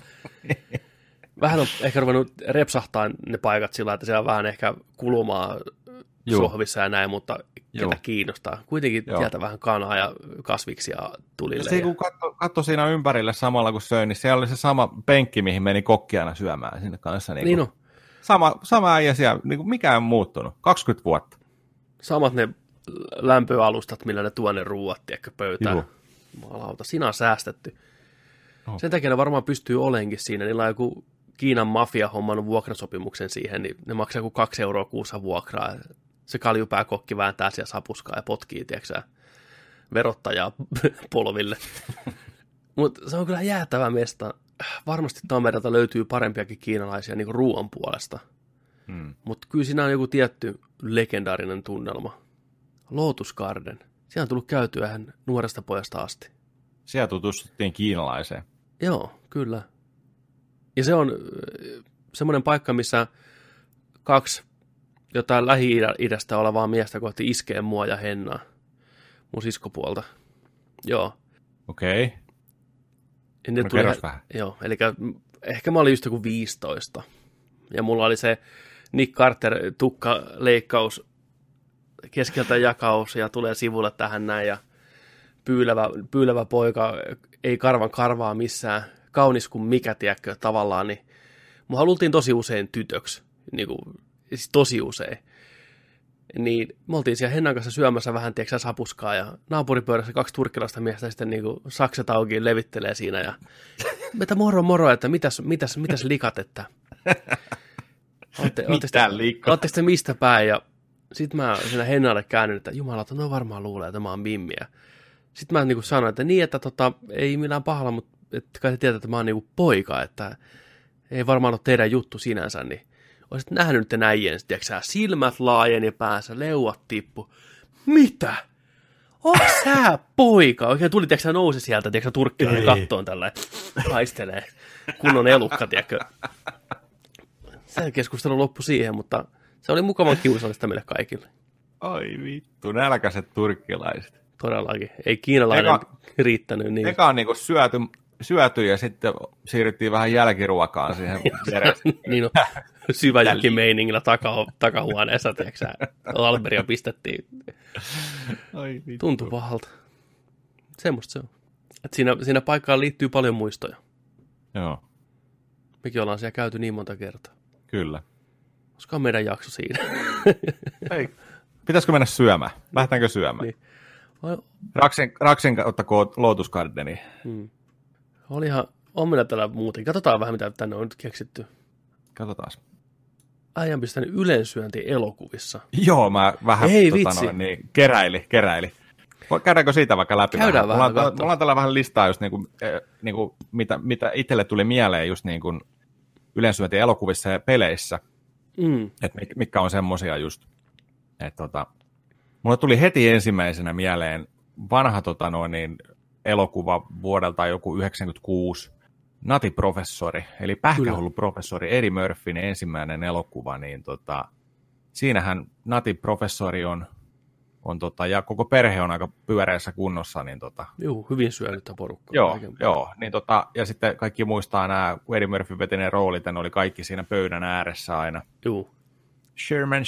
Vähän on ehkä ruvennut repsahtaa ne paikat sillä, että siellä on vähän ehkä kulumaa sohvissa ja näin, mutta ketä kiinnostaa. Kuitenkin sieltä vähän kanaa ja kasviksia tulille. Se kun katsoi siinä ympärille samalla kun söin, niin siellä oli se sama penkki, mihin meni kokki aina syömään sinne kanssa. Niin on. Sama äijä siellä, niin kuin mikään on muuttunut. 20 vuotta. Samat ne lämpöalustat, millä ne tuo ne ruuat, tiedätkö, pöytään. Jumalauta, siinä on säästetty. Sen takia ne varmaan pystyy olenkin siinä. Niillä on joku Kiinan mafia hommannut vuokrasopimuksen siihen, niin ne maksaa joku 2 euroa kuussa vuokraa. Se kaljupääkokki vääntää siellä sapuskaa ja potkii, tiedätkö, verottajaa polville. Mutta se on kyllä jäätävä mesta. Varmasti Tampereelta löytyy parempiakin kiinalaisia niin kuin ruoan puolesta. Mutta kyllä siinä on joku tietty legendaarinen tunnelma. Lotus Garden. Siellä on tullut käytyä ihan nuoresta pojasta asti. Siellä tutustuttiin kiinalaiseen. Joo, kyllä. Ja se on semmoinen paikka, missä 2 jotain Lähi-idästä olevaa miestä kohti iskee mua ja Hennaa. Mun siskopuolta. Joo. Okei. No kerros vähän. Joo, eli ehkä mä olin just joku 15. Ja mulla oli se Nick Carter tukkaleikkaus, keskeltä jakaus ja tulee sivulle tähän näin ja pyylevä poika, ei karvaa missään, kaunis kuin mikä, tiedätkö, tavallaan, niin mun haluttiin tosi usein tytöksi, niin kuin, siis tosi usein. Niin me oltiin siellä Hennan kanssa syömässä vähän, tiedätkö, sapuskaa ja naapuripöydässä 2 turkkilaista miestä sitten niin kuin sakset auki levittelee siinä ja että moro, että mitäs likat, että ootteko te mistä päin ja sitten mä siinä Hennalle käännyin, että jumalauta, no varmaan luulee, että mä oon mimmiä. Sitten mä niin kuin sanoin, että niin, että ei millään pahalla, mutta että kai te tiedät, että mä oon niin kuin poika, että ei varmaan ole teidän juttu sinänsä, niin olisit nähnyt nyt äijän, tiedätkö, silmät laajeni päässä, leuat tippu. Mitä? Onko sä poika? Oikein tuli, tiedätkö, nousi sieltä, tiedätkö, turkkilainen kattoon tällä haistelee. Kunnon elukka, tiedätkö. Se keskustelu loppui siihen, mutta se oli mukavan kiusallista meille kaikille. Ai vittu, nälkäiset turkkilaiset. Todellakin. Ei kiinalainen riittänyt. Niin. Eka on niinku syöty ja sitten siirryttiin vähän jälkiruokaan siihen verestä. Niin on syväjälkimeiningillä takahuoneessa, tiedätkö Alberia pistettiin. Tuntui pahalta. Semmosta se on. Et siinä paikkaan liittyy paljon muistoja. Joo. Mekin ollaan siellä käyty niin monta kertaa. Kyllä. Olisikohan meidän jakso siinä? Ei. Pitäisikö mennä syömään? Lähdetäänkö syömään? Niin. Raksin ottakoon Lotus Gardenia. On meillä täällä muuten. Katsotaan vähän, mitä tänne on nyt keksitty. Katsotaan. Äijän pistänyt ylensyönti elokuvissa. Joo, mä vähän keräili. Käydäänkö siitä vaikka läpi? Käydään vähän. Mulla on tällä vähän listaa, just mitä itselle tuli mieleen just ylensyönti elokuvissa ja peleissä. Että mitkä on semmosia just. Mulla tuli heti ensimmäisenä mieleen vanha elokuva vuodelta joku 96, Nati-professori, eli pähkähullu professori Eddie Murphyn ensimmäinen elokuva, niin siinähän Nati-professori on ja koko perhe on aika pyöreässä kunnossa. Niin Joo, hyvin syönyttä porukkaa. Joo niin ja sitten kaikki muistaa nämä, kun Eddie Murphy veti ne roolit, ne oli kaikki siinä pöydän ääressä aina. Joo. Sherman.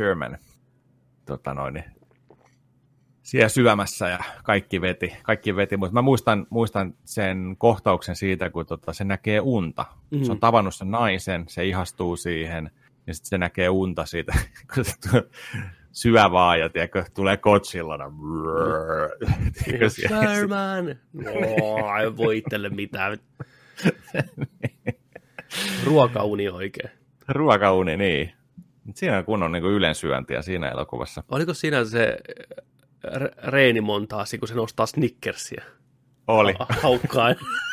Siellä syömässä ja kaikki veti, mutta mä muistan sen kohtauksen siitä, kun se näkee unta. Se on tavannut sen naisen, se ihastuu siihen, ja sitten se näkee unta siitä, kun se syö vaan, ja tulee Godzillana. Sherman! Ei voi itselle mitään. Ruokauni oikein. Ruokauni, niin. Siinä on kunnon ylensyöntiä siinä elokuvassa. Oliko siinä se reenimontaasi, kun se nostaa Snickersia? Oli. Haukkaan.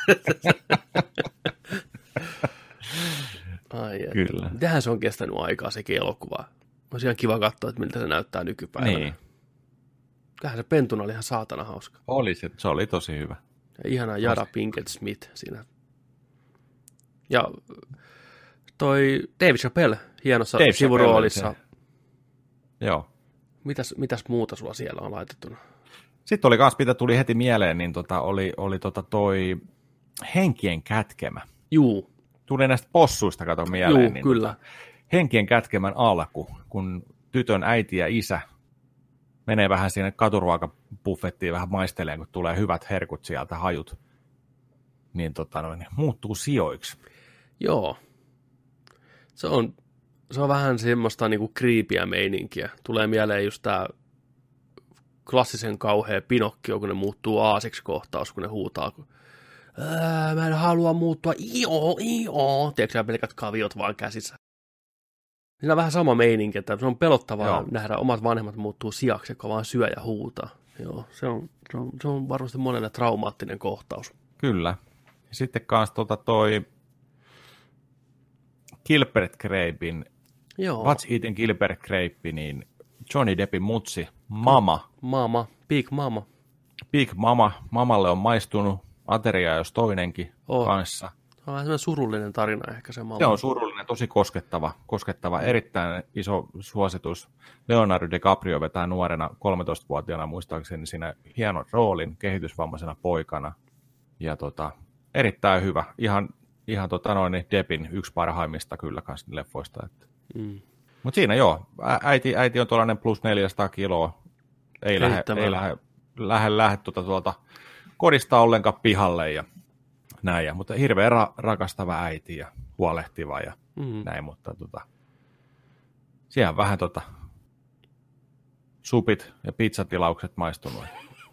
Kyllä. Mitähän se on kestänyt aikaa sekin elokuva? Olisi ihan kiva katsoa, että miltä se näyttää nykypäivänä. Niin. Kyllähän se pentuna oli ihan saatana hauska. Oli se oli tosi hyvä. Ja ihana Jada Pinkett Smith siinä. Ja toi Dave Chappelle hienossa sivuroolissa. Joo. Mitäs muuta sulla siellä on laitettuna? Sitten oli kans, mitä tuli heti mieleen, niin oli toi Henkien kätkemä. Juu. Tuli näistä possuista, kato mieleen. Juu, niin kyllä. Henkien kätkemän alku, kun tytön äiti ja isä menee vähän sinne katuruokabuffettiin vähän maisteleen, kun tulee hyvät herkut sieltä, hajut, niin muuttuu sijoiksi. Joo. Se on vähän semmoista niinku creepyä meininkiä. Tulee mieleen just tää klassisen kauhea Pinokkio, kun ne muuttuu aasiksi kohtaus, kun ne huutaa, kun mä en halua muuttua, tiedätkö pelkät kaviot vaan käsissä. Siinä on vähän sama meininki, että se on pelottavaa nähdä omat vanhemmat muuttuu sijaksi, kun vaan syö ja huutaa. Joo, se on varmasti monelle traumaattinen kohtaus. Kyllä. Ja sitten kans toi Gilbert Grapein, What's Eating Gilbert Grape, niin Johnny Deppin mutsi, Big Mama. Big Mama. Mamalle on maistunut ateria, jos toinenkin kanssa. Se on vähän surullinen tarina ehkä se Mama. Se on surullinen, tosi koskettava, erittäin iso suositus. Leonardo DiCaprio vetää nuorena 13-vuotiaana muistaakseni siinä hienon roolin kehitysvammaisena poikana. Ja erittäin hyvä. Ihan Deppin yksi parhaimmista kyllä kans leffoista. Mutta siinä äiti on tuollainen plus 400 kiloa. Ei lähde tuolta kodista ollenkaan pihalle ja näin. Mutta hirveän rakastava äiti ja huolehtiva ja näin. Mutta siellä on vähän supit ja pizzatilaukset maistunut.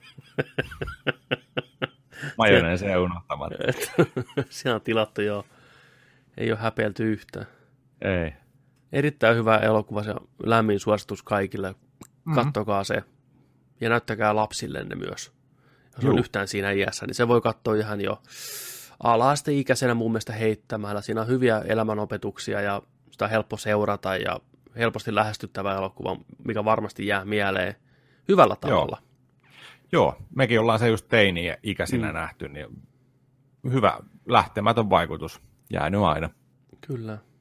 Majoneeseen unohtamatta. Siellä on tilattu ei ole häpeilty yhtään. Ei. Erittäin hyvä elokuva, se on lämmin suositus kaikille. Kattokaa se. Ja näyttäkää lapsillenne myös. Jos on yhtään siinä iässä, niin se voi katsoa ihan jo ala-asteikäisenä mun mielestä heittämällä. Siinä on hyviä elämänopetuksia ja sitä on helppo seurata ja helposti lähestyttävä elokuva, mikä varmasti jää mieleen hyvällä tavalla. Joo, mekin ollaan se just teini-ikäisinä nähty, niin hyvä lähtemätön vaikutus jäänyt aina. Kyllä.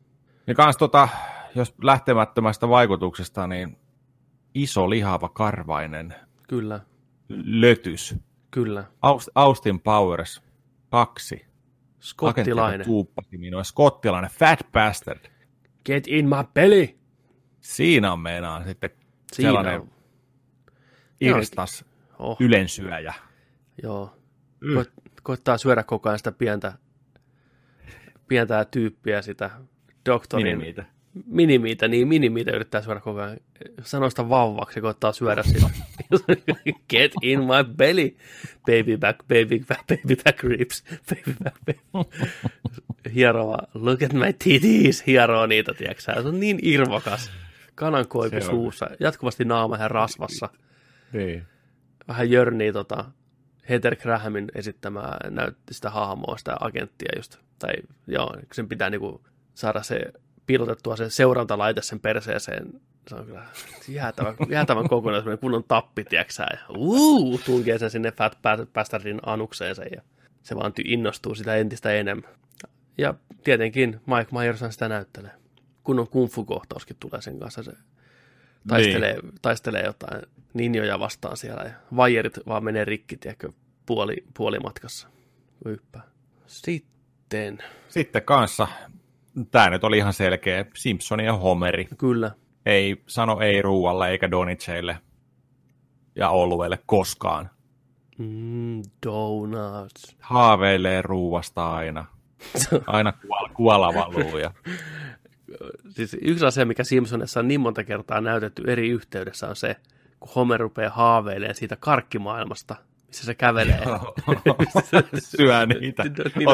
Ja kans jos lähtemättömästä vaikutuksesta, niin iso lihava karvainen Kyllä. lötys. Kyllä. Austin Powers 2. Skottilainen. Tuuppasi minua. Skottilainen. Fat bastard. Get in my belly. Siinä on meinaan sitten sellainen irstas ylensyöjä. Joo. Koittaa syödä koko ajan sitä pientä tyyppiä, sitä doktorin... Minimiitä yrittää syödä koko ajan. Sanoo sitä vauvaksi ja koittaa syödä sitä. Get in my belly. Baby back ribs. Baby back. Hierova, look at my titties. Hieroo niitä, tiedätkö? Se on niin irvokas. Kanankoipu suussa. Jatkuvasti naama ihan rasvassa. Niin. Vähän jörnii Heather Grahamin esittämää näytti sitä hahmoa, sitä agenttia just. Tai joo, sen pitää niinku saada se piilotettua se seurantalaite sen perseeseen. Se on kyllä jäätävän kokonaisuuden kunnon tappi, tiedäksä. Tunkee sen sinne Fat Bastardin anukseensa ja se vaan innostuu sitä entistä enemmän. Ja tietenkin Mike Myers sitä näyttelee. Kunnon kung-fu-kohtauskin tulee sen kanssa. Se taistelee jotain ninjoja vastaan siellä ja vaijerit vaan menee rikki, tiedätkö, puolimatkassa. Hyppää. Sitten kanssa, tämä nyt oli ihan selkeä, Simpson ja Homeri. Kyllä. Ei sano ei ruualle eikä donitseille ja olueille koskaan. Donuts. Haaveilee ruuasta aina. Aina kuola valuu. Siis yksi asia, mikä Simpsonissa on niin monta kertaa näytetty eri yhteydessä, on se, kun Homer rupeaa haaveilemaan siitä karkkimaailmasta, missä se kävelee. Syö niitä.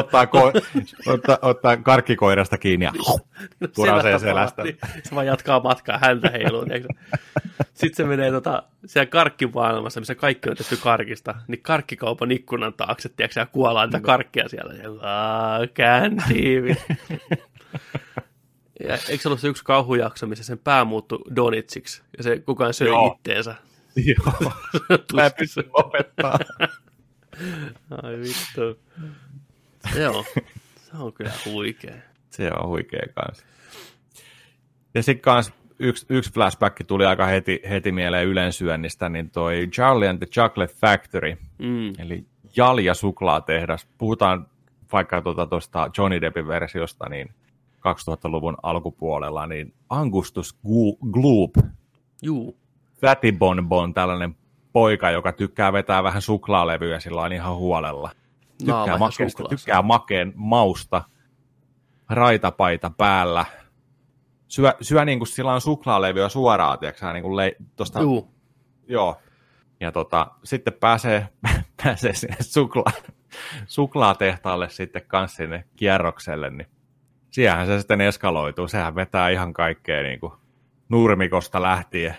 Ottaa karkkikoirasta kiinni ja purasee selästä. Niin, se vaan jatkaa matkaa, häntä heiluu. Sitten se menee siellä karkkimaailmassa, missä kaikki on tehty karkista, niin karkkikaupan ikkunan taakse, tiedätkö, ja kuolaa niitä karkkia siellä. Candy. Ja eikö se ollut se yksi kauhujakso, missä sen pää muuttui donitsiksi, ja se kukaan söi itteensä? Joo, mä pystyn lopettaa. Ai vittu. Joo, se on kyllä huikea. Se on huikea kanssa. Ja sitten kanssa yksi flashback tuli aika heti mieleen ylensyönnistä, niin toi Charlie and the Chocolate Factory, eli Jalja suklaatehdas. Puhutaan vaikka tuosta Johnny Deppin versiosta, niin 2000-luvun alkupuolella, niin Angustus Gloop. Juu. Fatty Bonbon, tällainen poika, joka tykkää vetää vähän suklaalevyä sillä ihan huolella. Tykkää makeen mausta, raitapaita päällä. Syö niin kuin sillä on suklaalevyä suoraan, tiedätkö niin kuin tosta. Joo. Ja sitten pääsee sinne suklaatehtaalle sitten kanssa sinne kierrokselle, niin siellähän se sitten eskaloituu. Sehän vetää ihan kaikkea niin kuin nurmikosta lähtien.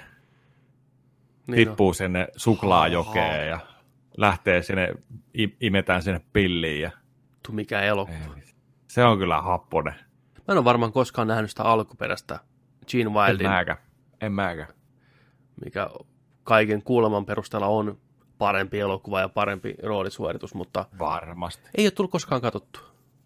Tippuu sinne suklaajokeen ja lähtee sinne, imetään sinne pilliin. Ja... Mikä elokuva. Se on kyllä happonen. Mä en ole varmaan koskaan nähnyt sitä alkuperäistä Gene Wildin. En mäkään. Mikä kaiken kuuleman perusteella on parempi elokuva ja parempi roolisuoritus, mutta varmasti. Ei ole tullut koskaan katsottu.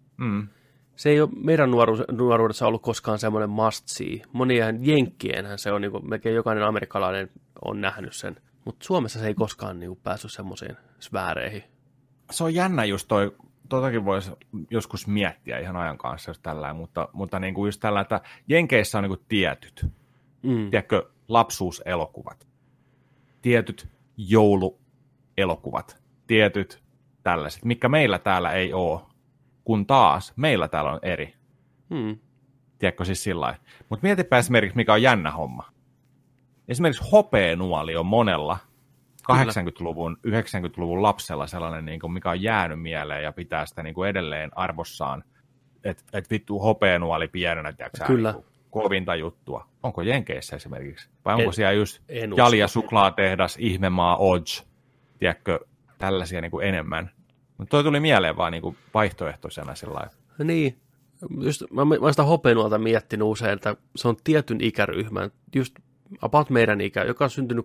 Se ei ole meidän nuoruudessa ollut koskaan semmoinen must-see. Monien jenkkienhän se on, niin kuin, melkein jokainen amerikkalainen on nähnyt sen, mutta Suomessa se ei koskaan niin kuin, päässyt semmoisiin sfääreihin. Se on jännä just totakin voisi joskus miettiä ihan ajan kanssa, jos tällä, mutta niin kuin just tällä, että jenkeissä on niin kuin tietyt, tiedätkö, lapsuuselokuvat, tietyt jouluelokuvat, tietyt tällaiset, mikä meillä täällä ei ole. Kun taas meillä täällä on eri. Tiedätkö siis sillä lailla. Mutta mietipä esimerkiksi, mikä on jännä homma. Esimerkiksi hopeenuoli on monella 80-luvun, 90-luvun lapsella sellainen, niin kuin, mikä on jäänyt mieleen ja pitää sitä niin kuin edelleen arvossaan. Että vittu hopeenuoli pienenä, tiedätkö niin kovinta juttua. Onko Jenkeissä esimerkiksi? Vai onko siellä just Jalja suklaatehdas, ihmemaa Odds, tiedätkö, tällaisia niin kuin enemmän. Mutta toi tuli mieleen vaan niinku vaihtoehtoisena sillä lailla. Niin. Just, mä oon sitä hopeenuolta miettinyt usein, että se on tietyn ikäryhmän, just about meidän ikä, joka on syntynyt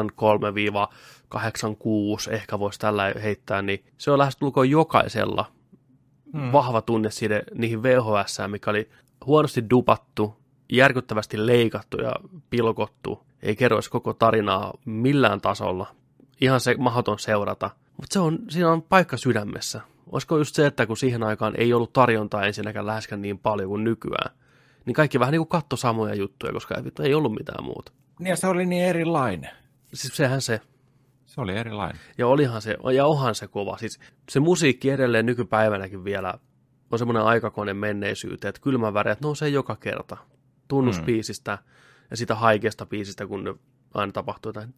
83-86, ehkä voisi tällä heittää, niin se on lähestulkoon jokaisella vahva tunne niihin VHS, mikä oli huonosti dupattu, järkyttävästi leikattu ja pilkottu. Ei kerroisi koko tarinaa millään tasolla. Ihan se mahdoton seurata. Mutta siinä on paikka sydämessä. Olisiko just se, että kun siihen aikaan ei ollut tarjontaa ensinnäkään läheskään niin paljon kuin nykyään, niin kaikki vähän niin kuin katsoi samoja juttuja, koska ei ollut mitään muuta. Niin ja se oli niin erilainen. Siis sehän se. Se oli erilainen. Ja olihan se, ja onhan se kova. Siis se musiikki edelleen nykypäivänäkin vielä on semmoinen aikakone menneisyyteen, että kylmän väreet nousee joka kerta. Tunnuspiisistä ja sitä haikeasta biisistä, kun ne aina tapahtuu jotain.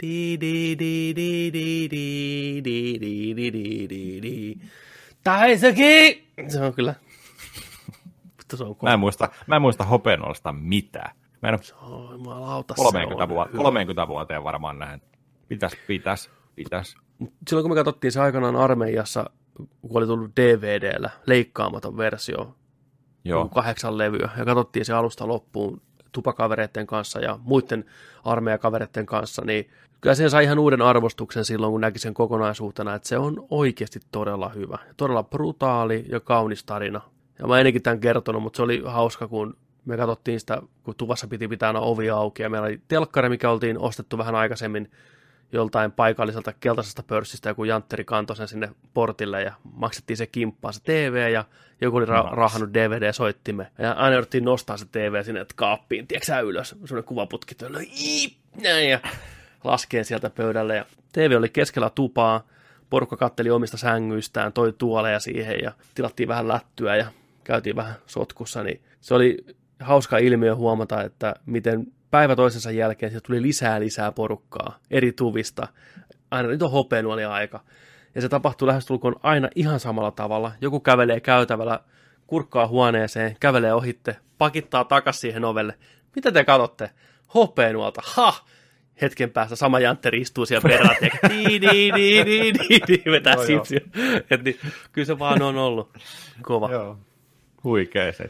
Taisaki! Se on kyllä. Se on mä en muista Hopenolsta mitään. Mä en ole 30 vuoteen varmaan nähnyt. Pitäis. Silloin kun me katsottiin se aikanaan armeijassa, kun oli tullut DVD:llä leikkaamaton versio, 8 levyä, ja katsottiin se alusta loppuun tupakavereiden kanssa ja muiden armeijakavereiden kanssa, niin kyllä siihen sai ihan uuden arvostuksen silloin, kun näki sen kokonaisuutena, että se on oikeasti todella hyvä. Todella brutaali ja kaunis tarina. Ja mä ennenkin tämän kertonut, mutta se oli hauska, kun me katsottiin sitä, kun tuvassa piti pitää aina ovi auki, ja meillä oli telkkari, mikä oltiin ostettu vähän aikaisemmin joltain paikalliselta keltaisesta pörssistä, joku jantteri kantoi sen sinne portille, ja maksettiin se kimppaan se TV, ja joku oli raahannut DVD-soittimme, ja aina jouduttiin nostaa se TV sinne kaappiin, tiedätkö sä ylös, semmoinen kuvaputki, näin, ja laskeen sieltä pöydälle, ja TV oli keskellä tupaa, porukka katteli omista sängyistään, toi tuoleja siihen, ja tilattiin vähän lättyä, ja käytiin vähän sotkussa, niin se oli hauska ilmiö huomata, että miten päivä toisensa jälkeen sieltä tuli lisää porukkaa eri tuvista. Aina nyt on hopeanuoli aika. Ja se tapahtuu lähestulkoon aina ihan samalla tavalla. Joku kävelee käytävällä, kurkkaa huoneeseen, kävelee ohitte, pakittaa takas siihen ovelle. Mitä te katsotte? Hopeanuolta. Ha! Hetken päästä sama jantteri istuu siellä perään ja vetää sipsiä. Niin, kyllä se vaan on ollut kova. Joo. Huikea se.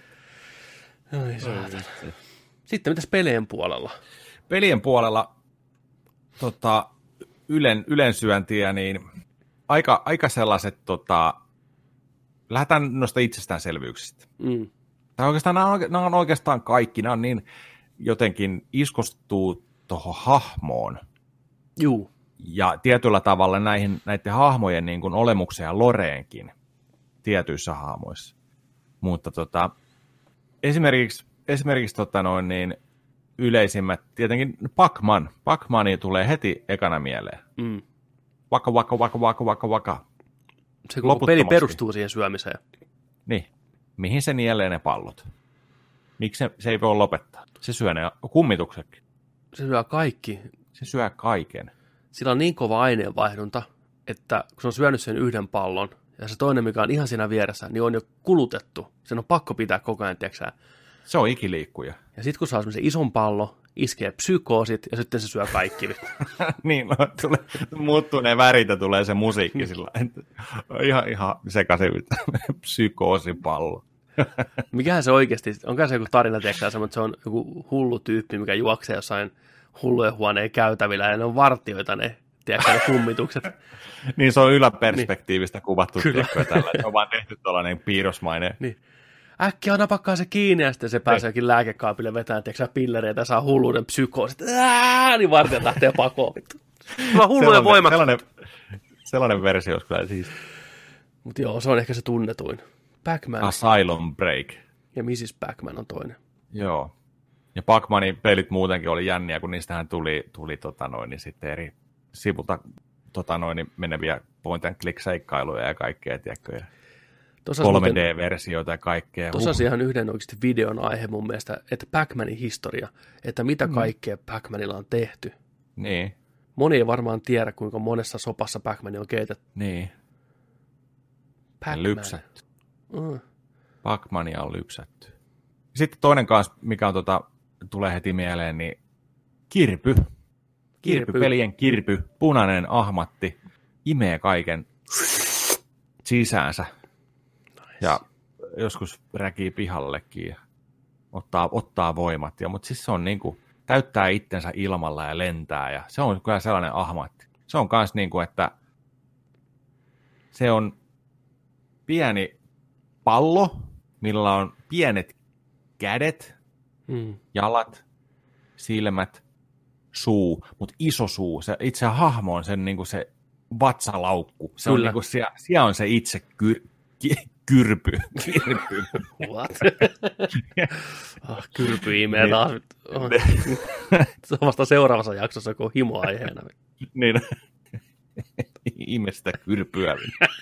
Sitten mitäs pelien puolella? Pelien puolella ylensyöntiä, niin aika sellaiset, lähdetään noista itsestäänselvyyksistä. Nämä on oikeastaan kaikki, nämä on niin jotenkin iskostuu tuohon hahmoon. Juu. Ja tietyllä tavalla näiden hahmojen niin kuin olemukseen ja loreenkin tietyissä hahmoissa. Mutta esimerkiksi niin yleisimmät, tietenkin Pac-Man. Pac-Mani tulee heti ekana mieleen. Waka. Se koko peli perustuu siihen syömiseen. Niin. Mihin se nielee ne pallot? Miksi se ei voi lopettaa? Se syö ne kummituksetkin. Se syö kaikki. Se syö kaiken. Sillä on niin kova aineenvaihdunta, että kun se on syönyt sen yhden pallon, ja se toinen, mikä on ihan siinä vieressä, niin on jo kulutettu. Sen on pakko pitää koko ajan, tiiäksä. Se on ikiliikkuja. Ja sitten kun saa semmoisen ison pallo, iskee psykoosit, ja sitten se syö kaikki. Niin, muuttuu ne värit ja tulee se musiikki sillä ihan sekaisin psykoosipallo. Mikähän se oikeasti, onko se joku tarina, tiiäksä, että se on joku hullu tyyppi, mikä juoksee jossain hullujen huoneen käytävillä, ja ne on vartijoita ne, tiedätkö, ne kummitukset. Niin se on yläperspektiivistä kuvattu, tiedätkö, tällä. Se on vaan tehty tuollainen piirrosmainen. Niin. Äkkiä napakkaa se kiinni, ja sitten se pääsee jokin lääkekaapille vetään, tiedätkö, pillereitä ja saa hulluuden psykoosit. Niin vartijat lähtee pakoon. Mä hullujen voimat. Sellainen versio olisi kyllä siis. Mutta joo, se on ehkä se tunnetuin. Pac-Man. Asylum Break. Ja Mrs. Pac-Man on toinen. Joo. Ja Pac-Manin pelit muutenkin oli jänniä, kun niistähän tuli niin sitten eri sivulta meneviä point and click -seikkailuja ja kaikkea, tiedätkö, ja 3D-versioita ja kaikkea. Tuossa ihan yhden oikeasti videon aihe mun mielestä, että Pac-Manin historia, että mitä kaikkea Pac-Manilla on tehty. Niin. Moni ei varmaan tiedä, kuinka monessa sopassa Pac-Man on keitetty. Niin. Lypsätty. Pac-Mania on lypsätty. Sitten toinen kanssa, mikä on tulee heti mieleen, niin kirpy. Pelien kirpy, punainen ahmatti, imee kaiken sisäänsä. Nice. Ja joskus räkii pihallekin ja ottaa voimat. Mutta siis se on niinku, täyttää itsensä ilmalla ja lentää. Ja se on kyllä sellainen ahmatti. Se on myös niinku, että se on pieni pallo, millä on pienet kädet, jalat, silmät, suu, mutta iso suu. Se itse hahmo on sen niinku se vatsalaukku. Se on niinku siellä on se itse kyrpy. What? Kyrpy imee taas. Se on vasta seuraavassa jaksossa, kun on himoaiheena. Niin. Ime sitä kyrpyä.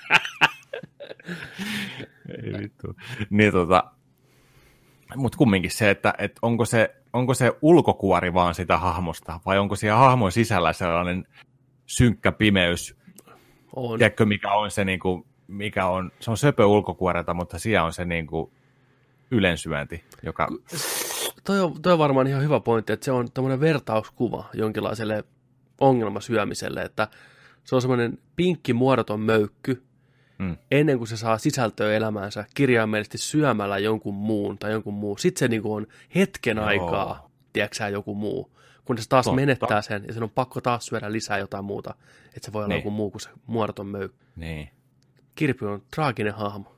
Ei vittu. Niin mutta kumminkin se, että onko se ulkokuori vaan sitä hahmosta, vai onko siellä hahmon sisällä sellainen synkkä pimeys, on. Tiedätkö, mikä on se niinku, se on söpö ulkokuorelta, mutta siellä on se niinku ylensyönti, joka... Toi on varmaan ihan hyvä pointti, että se on tämmöinen vertauskuva jonkinlaiselle ongelmasyömiselle, että se on semmoinen pinkki muodoton möykky, ennen kuin se saa sisältöä elämäänsä kirjaimellisesti syömällä jonkun muun tai jonkun muu. Sitten se niinku on hetken aikaa, tiedätkö joku muu, kun se taas menettää sen, ja sen on pakko taas syödä lisää jotain muuta, että se voi olla joku muu kuin se muodoton möykky. Niin. Kirpy on traaginen hahmo.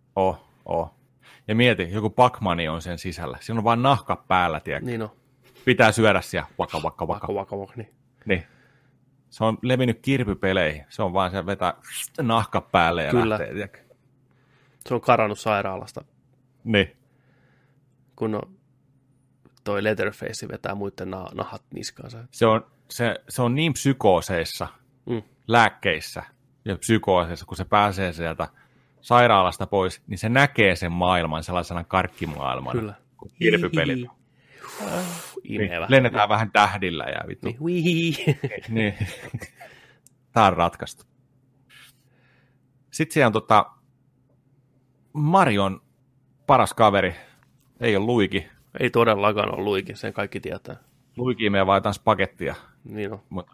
Ja mieti, joku Pac-Man on sen sisällä. Siinä on vain nahka päällä, tiedätkö? Niin on. Pitää syödä siellä, vaka. Niin. Se on levinnyt kirpypeleihin. Se on vaan se vetää nahka päälle ja kyllä. Lähtee, tiedätkö? Se on karannut sairaalasta. Niin. Kun toi Leatherface vetää muiden nahat niskaansa. Se on niin psykooseissa, lääkkeissä ja psykooseissa, kun se pääsee sieltä sairaalasta pois, niin se näkee sen maailman sellaisena karkkimaailmana. Kyllä. Kirpypelit. Niin, lennetään vähän tähdillä ja vittu. Niin. Tää on ratkaistu. Sitten siellä on Marion paras kaveri. Ei ole Luigi. Ei todellakaan ole Luigi, sen kaikki tietää. Luigi imee vaan taas pakettia. Niin on. Mutta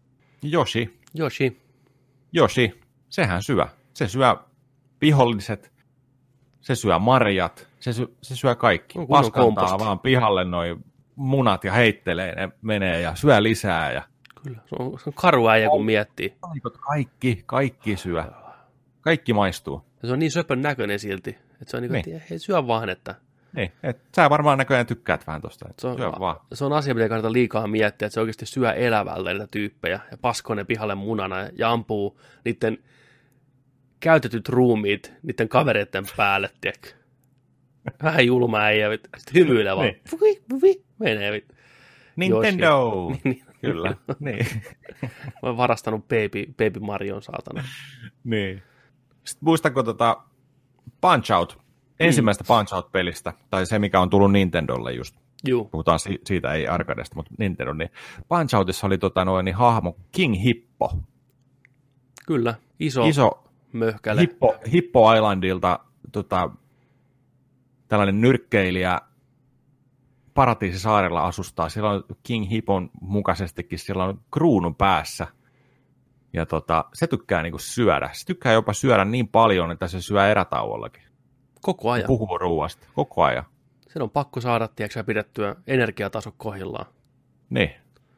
Yoshi, sehän syö. Se syö viholliset, se syö marjat, se syö kaikki. Paskantaa vaan pihalle noin munat ja heittelee, ne menee ja syö lisää. Ja... Kyllä, se on karu äijä, kun miettii. Kaikki syö. Kaikki maistuu. Ja se on niin söpön näköinen silti, että se on niin kuin, että syö vaan, että... Niin, että sä varmaan näköjään tykkäät vähän tosta. Se on asia, mitä ei kannata liikaa miettiä, että se oikeasti syö elävältä niitä tyyppejä ja paskoo ne pihalle munana ja ampuu niiden käytetyt ruumiit niiden kavereiden päälle, tiedätkö? Vähän julma äijä, sitten hymyilee vaan. Niin. Menee. Nintendo! Kyllä, niin. Mä oon varastanut Baby Marion, saatana. Niin. Sitten muistatko Punch-Out? Ensimmäistä Punch-Out-pelistä, tai se, mikä on tullut Nintendolle just. Juu. Puhutaan siitä, ei Arcadesta, mutta Nintendo. Niin Punch-Outissa oli niin hahmo King Hippo. Kyllä, iso möhkäle. Hippo Islandilta tällainen nyrkkeilijä Paratiisisaarella asustaa. Siellä on King Hippon mukaisestikin, siellä on kruunun päässä. Ja se tykkää niinku syödä. Se tykkää jopa syödä niin paljon, että se syö erätauollakin. Koko ajan. Puhuu ruuasta. Koko ajan. Sen on pakko saada, tiedätkö, pidettyä energiataso kohdillaan. Niin.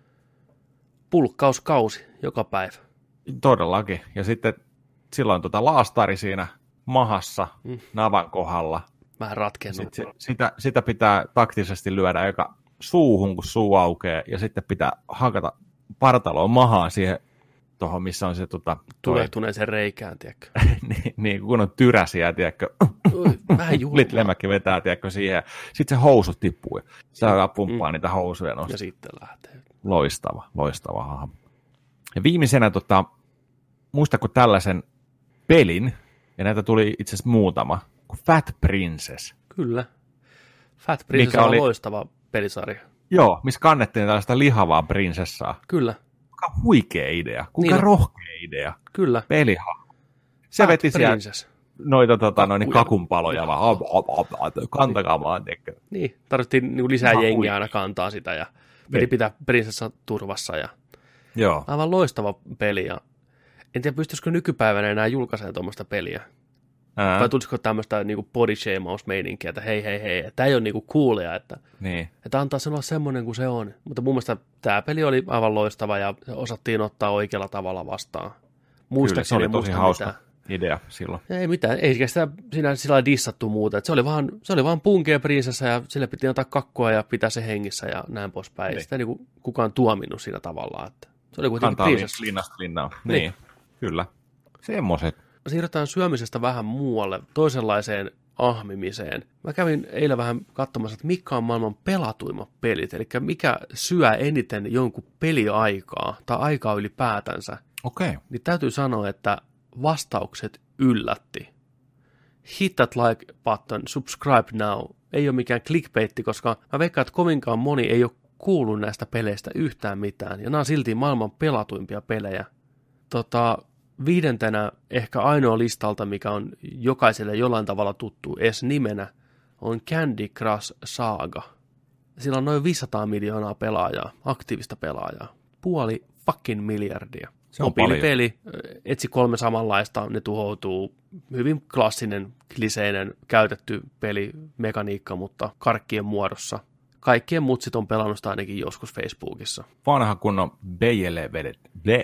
Pulkkauskausi joka päivä. Todellakin. Ja sitten silloin laastari siinä mahassa, navan kohdalla. Vähän ratkennut. Sitä pitää taktisesti lyödä joka suuhun, kun suu aukeaa, ja sitten pitää hakata partaloon mahaan siihen tuohon, missä on se tulehtuneeseen reikään, tiedätkö? niin, kun on tyräsiä, tiedätkö? Vähän juhlaa. Lemäkki vetää, tiedätkö, siihen. Sitten se housut tippuu, ja se pumppaa niitä housuja nostaa. Ja sitten lähtee. Loistava hahmo. Ja viimeisenä, muistatko tällaisen pelin, ja näitä tuli itse asiassa muutama, kuin Fat Princess. Kyllä. Fat Princess on loistava pelisarja. Joo, missä kannettiin tällaista lihavaa prinsessaa. Kyllä. Kuinka huikea idea, kuinka rohkea idea. Kyllä. Pelihahmo. Se veti siellä noita kakunpaloja vaan, kantakaa vaan, tiedätkö. Niin, tarvittiin niin lisää jengiä aina kantaa sitä, ja piti pitää prinsessa turvassa. Ja... Joo. Aivan loistava peli, ja en tiedä, pystyisikö nykypäivänä enää julkaisemaan tuommoista peliä. Vai tulisiko tämmöistä niinku body shame-meininkiä, että hei, tämä ei ole niinku coolia, että antaa sen olla semmoinen kuin se on. Mutta mun mielestä tämä peli oli aivan loistava ja osattiin ottaa oikealla tavalla vastaan. Kyllä, se oli tosi hauska. idea silloin. Ei mitään, ei sitä siinä sillä dissattu muuta. Se oli vaan punkea prinsessa ja sille piti antaa kakkua ja pitää se hengissä ja näin poispäin. Ei sitä niin kukaan tuominnut siinä tavallaan. Että se oli kuitenkin prinsessa. Linnasta linnaan. Niin, kyllä. Semmoiset. Siirrytään syömisestä vähän muualle, toisenlaiseen ahmimiseen. Mä kävin eilen vähän katsomassa, että mikä on maailman pelatuimmat pelit, eli mikä syö eniten jonkun peliaikaa tai aikaa ylipäätänsä. Okei. Niin täytyy sanoa, että vastaukset yllätti. Hit that like button, subscribe now. Ei ole mikään clickbaitti, koska mä veikkaan, että kovinkaan moni ei ole kuullut näistä peleistä yhtään mitään. Ja nämä on silti maailman pelatuimpia pelejä. 5. ehkä ainoa listalta, mikä on jokaiselle jollain tavalla tuttu edes nimenä, on Candy Crush Saga. Sillä on noin 500 miljoonaa pelaajaa, aktiivista pelaajaa. 500 miljardia. Se on mobiilipeli, etsi 3 samanlaista, ne tuhoutuu. Hyvin klassinen, kliseinen, käytetty pelimekaniikka, mutta karkkien muodossa. Kaikkien mutsit on pelannut sitä ainakin joskus Facebookissa. Vanha kunnon BLED.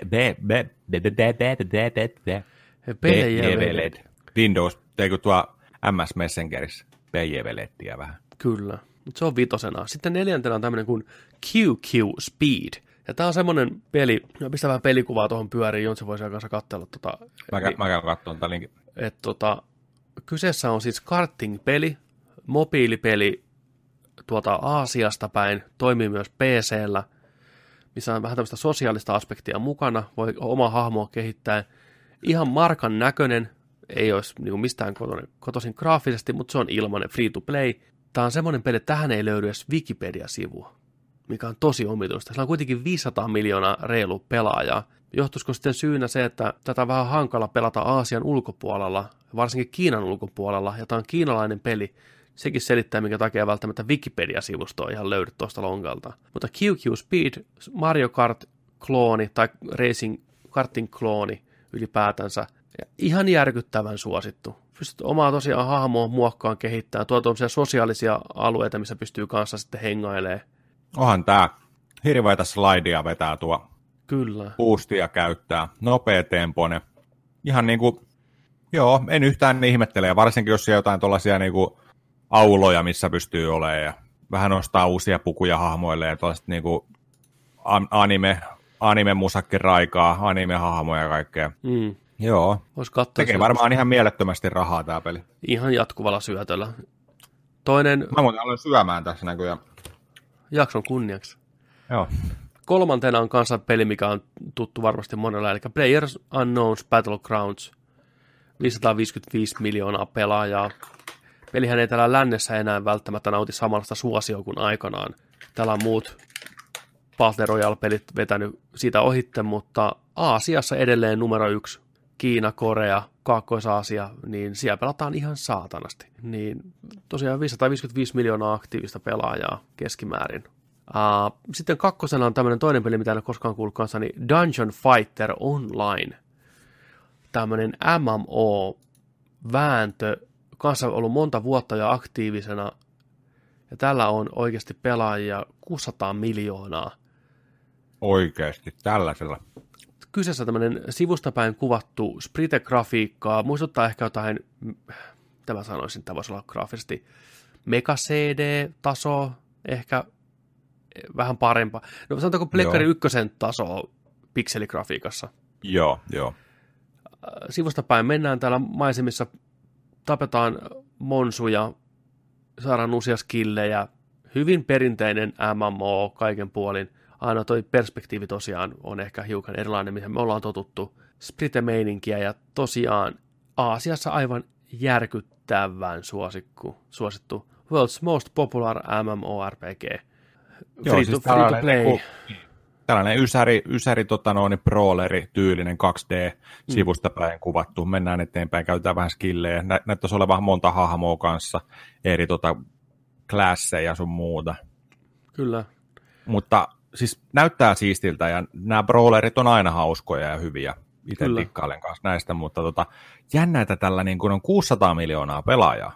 Windows, teikö tuo MS Messengerissä BLEDiä vähän. Kyllä, mutta se on 5. Sitten 4. on tämmöinen kuin QQ Speed. Ja tää on semmoinen peli, pistä vähän pelikuvaa tuohon pyöriin, Jontse voi siellä kanssa katsella. Mä käyn katsomaan tämän linkin. Kyseessä on siis karting-peli, mobiilipeli tuolta Aasiasta päin, toimii myös PC:llä, missä on vähän tämmöistä sosiaalista aspektia mukana, voi oma hahmoa kehittää. Ihan markan näköinen, ei olisi niin mistään kotoisin graafisesti, mutta se on ilmainen, free to play. Tämä on semmoinen peli, että tähän ei löydy edes Wikipedia-sivua, mikä on tosi omituista. Sillä on kuitenkin 500 miljoonaa reilu pelaajaa. Johtuisiko sitten syynä se, että tätä on vähän hankala pelata Aasian ulkopuolella, varsinkin Kiinan ulkopuolella, ja tämä on kiinalainen peli. Sekin selittää, minkä takia välttämättä Wikipedia-sivusto on ihan löydetty tuosta lonkalta. Mutta QQ Speed, Mario Kart-klooni tai Racing Karting-klooni ylipäätänsä, ja ihan järkyttävän suosittu. Pystyt omaa tosiaan hahmoa muokkaan kehittämään, tuo tuollaisia sosiaalisia alueita, missä pystyy kanssa sitten hengailemaan. Onhan tää hirveätä slidea vetää tuo. Kyllä. Boostia käyttää, nopea tempoinen. Ihan niinku, joo, en yhtään ihmettele, varsinkin jos siellä jotain tuollaisia niinku auloja, missä pystyy olemaan ja vähän nostaa uusia pukuja hahmoille ja tuollaiset niinku anime-musakki raikaa, anime-hahmoja ja kaikkea. Joo, tekee varmaan ihan mielettömästi rahaa tää peli. Ihan jatkuvalla syötöllä. Toinen... Mä muuten aloin syömään tässä näköjään. Jakson kunniaksi. Joo. 3. on kanssa peli, mikä on tuttu varmasti monella, eli PlayerUnknown's Battlegrounds. 555 miljoonaa pelaajaa. Pelihän ei täällä lännessä enää välttämättä nauti samanlaista suosioa kuin aikanaan. Täällä on muut Battle Royale-pelit vetänyt siitä ohitte, mutta Aasiassa edelleen numero 1. Kiina, Korea, Kaakkois-Aasia, niin siellä pelataan ihan saatanasti. Niin tosiaan 555 miljoonaa aktiivista pelaajaa keskimäärin. Sitten 2. on tämmöinen toinen peli, mitä en ole koskaan kuullut kanssa, niin Dungeon Fighter Online. Tämmöinen MMO-vääntö, kanssa ollut monta vuotta jo aktiivisena, ja tällä on oikeasti pelaajia 600 miljoonaa. Oikeasti, tällaisella. Kyseessä tämmöinen sivustapäin kuvattu sprite-grafiikkaa, muistuttaa ehkä jotain, tämä sanoisin, tämä voisi olla graafisesti Mega CD-taso, ehkä vähän parempaa. No sanotaanko Pleikkari 1 tasoa pikseligrafiikassa. Joo. Sivustapäin mennään täällä maisemissa, tapetaan monsuja, saadaan uusia skillejä, hyvin perinteinen MMO kaiken puolin. Aina toi perspektiivi tosiaan on ehkä hiukan erilainen, mihin me ollaan totuttu. Sprite-meininkiä ja tosiaan Aasiassa aivan järkyttävän suosittu. World's most popular MMORPG. Free to play. Tällainen ysäri brawleri tyylinen 2D-sivusta päin kuvattu. Mennään eteenpäin, käytetään vähän skillejä. Näyttäisi olevan monta hahmoa kanssa, eri klasseja sun muuta. Kyllä. Mutta siis näyttää siistiltä ja nämä brawlerit on aina hauskoja ja hyviä. Itse dikkailen kanssa näistä, mutta jännä, että tällä niin kuin on 600 miljoonaa pelaajaa.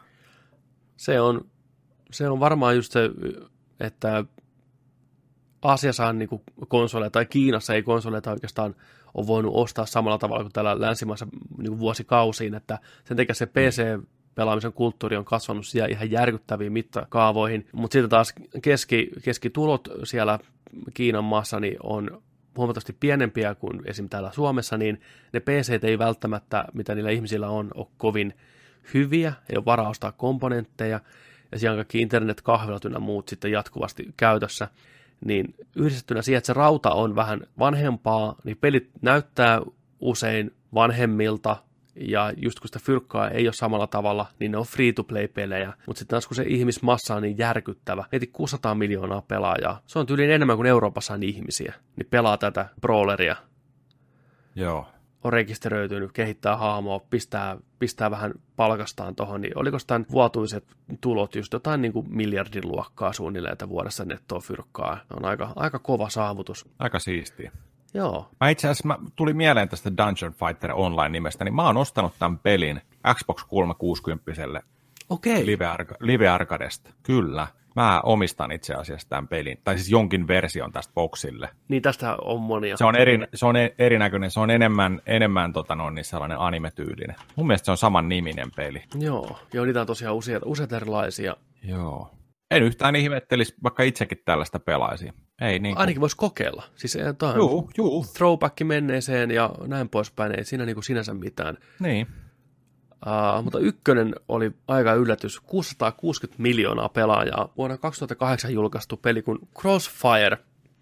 Se on varmaan just se, että Aasiassa on niin konsoleita tai Kiinassa ei konsoleita oikeastaan on voinut ostaa samalla tavalla kuin täällä länsimaissa niin vuosikausiin, että sen takia se PC-pelaamisen kulttuuri on kasvanut siellä ihan järkyttäviin mittakaavoihin, mutta sitten taas keskitulot siellä Kiinan maassa niin on huomattavasti pienempiä kuin esim. Täällä Suomessa, niin ne PC:t ei välttämättä, mitä niillä ihmisillä on kovin hyviä, ei ole varaa ostaa komponentteja, ja siellä on kaikki internet-kahvilat ynnä muut sitten jatkuvasti käytössä, niin yhdistettynä siihen, että se rauta on vähän vanhempaa, niin pelit näyttää usein vanhemmilta, ja just kun sitä fyrkkaa ei ole samalla tavalla, niin ne on free-to-play-pelejä, mutta sitten taas kun se ihmismassa on niin järkyttävä, mieti 600 miljoonaa pelaajaa, se on tyyliin enemmän kuin Euroopassa on ihmisiä, niin pelaa tätä brawleria. Joo. On rekisteröitynyt, kehittää hahmoa, pistää vähän palkastaan tuohon, niin oliko tämän vuotuiset tulot just jotain niin kuin miljardin luokkaa suunnilleen, että vuodessa nettoa fyrkkaa. On aika kova saavutus. Aika siistiä. Joo. Tuli mieleen tästä Dungeon Fighter Online-nimestä, niin mä oon ostanut tämän pelin Xbox 360 Okei. Live Arcadesta. Kyllä. Mä omistan itse asiassa tämän pelin, tai siis jonkin version tästä boxille. Niin tästä on monia. Se on erinäköinen, se on enemmän niin sellainen anime-tyylinen. Mun mielestä se on saman niminen peli. Joo, niitä on tosiaan useita erilaisia. Joo. En yhtään ihmettelisi, vaikka itsekin tällaista pelaisi. Ei niin kuin... Ainakin voisi kokeilla. Siis Juu. Throwback menneeseen ja näin poispäin, ei siinä niin kuin sinänsä mitään. Niin. Mutta ykkönen oli aika yllätys, 660 miljoonaa pelaajaa. Vuonna 2008 julkaistu peli kuin Crossfire.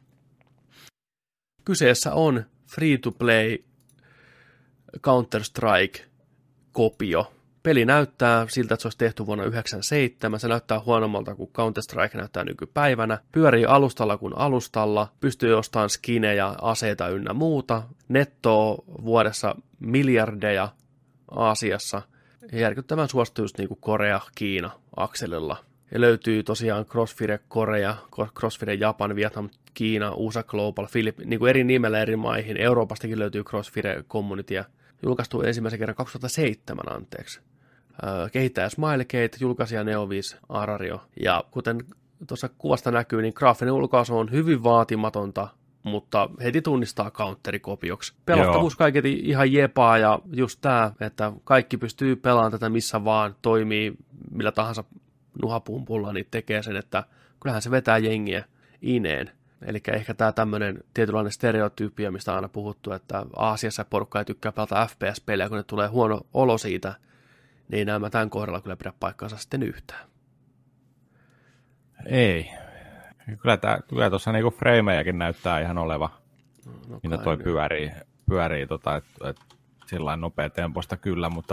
Kyseessä on free-to-play Counter-Strike-kopio. Peli näyttää siltä, että se olisi tehty vuonna 1997. Se näyttää huonommalta kuin Counter-Strike näyttää nykypäivänä. Pyörii alustalla kuin alustalla. Pystyy ostamaan skinejä, aseita ynnä muuta. Nettoa vuodessa miljardeja Aasiassa. Järkyttävän suosittu just niin kuin Korea, Kiina akselilla. Ja löytyy tosiaan Crossfire Korea, Crossfire Japan, Vietnam, Kiina, USA Global, niin kuin eri nimellä eri maihin. Euroopastakin löytyy Crossfire Communitya. Julkaistu ensimmäisen kerran 2007, anteeksi. Kehittäjä Smilegate, julkaisija Neovis Arario. Ja kuten tuossa kuvasta näkyy, niin graafinen ulkoasu on hyvin vaatimatonta, mutta heti tunnistaa counterikopioksi. Pelattavuus kaiketi ihan jepaa, ja just tämä, että kaikki pystyy pelaamaan tätä missä vaan, toimii millä tahansa nuhapumpulla, niin tekee sen, että kyllähän se vetää jengiä ineen. Eli ehkä tämä tämmöinen tietynlainen stereotyypia, mistä on aina puhuttu, että Aasiassa porukka ei tykkää pelata FPS-pelejä, kun ne tulee huono olo siitä, niin nämä tämän kohdalla kyllä pidä paikkaansa sitten yhtään. Ei. Kyllä tuossa niinku freimejäkin näyttää ihan oleva, mitä toi pyörii sillain nopea temposta kyllä, mutta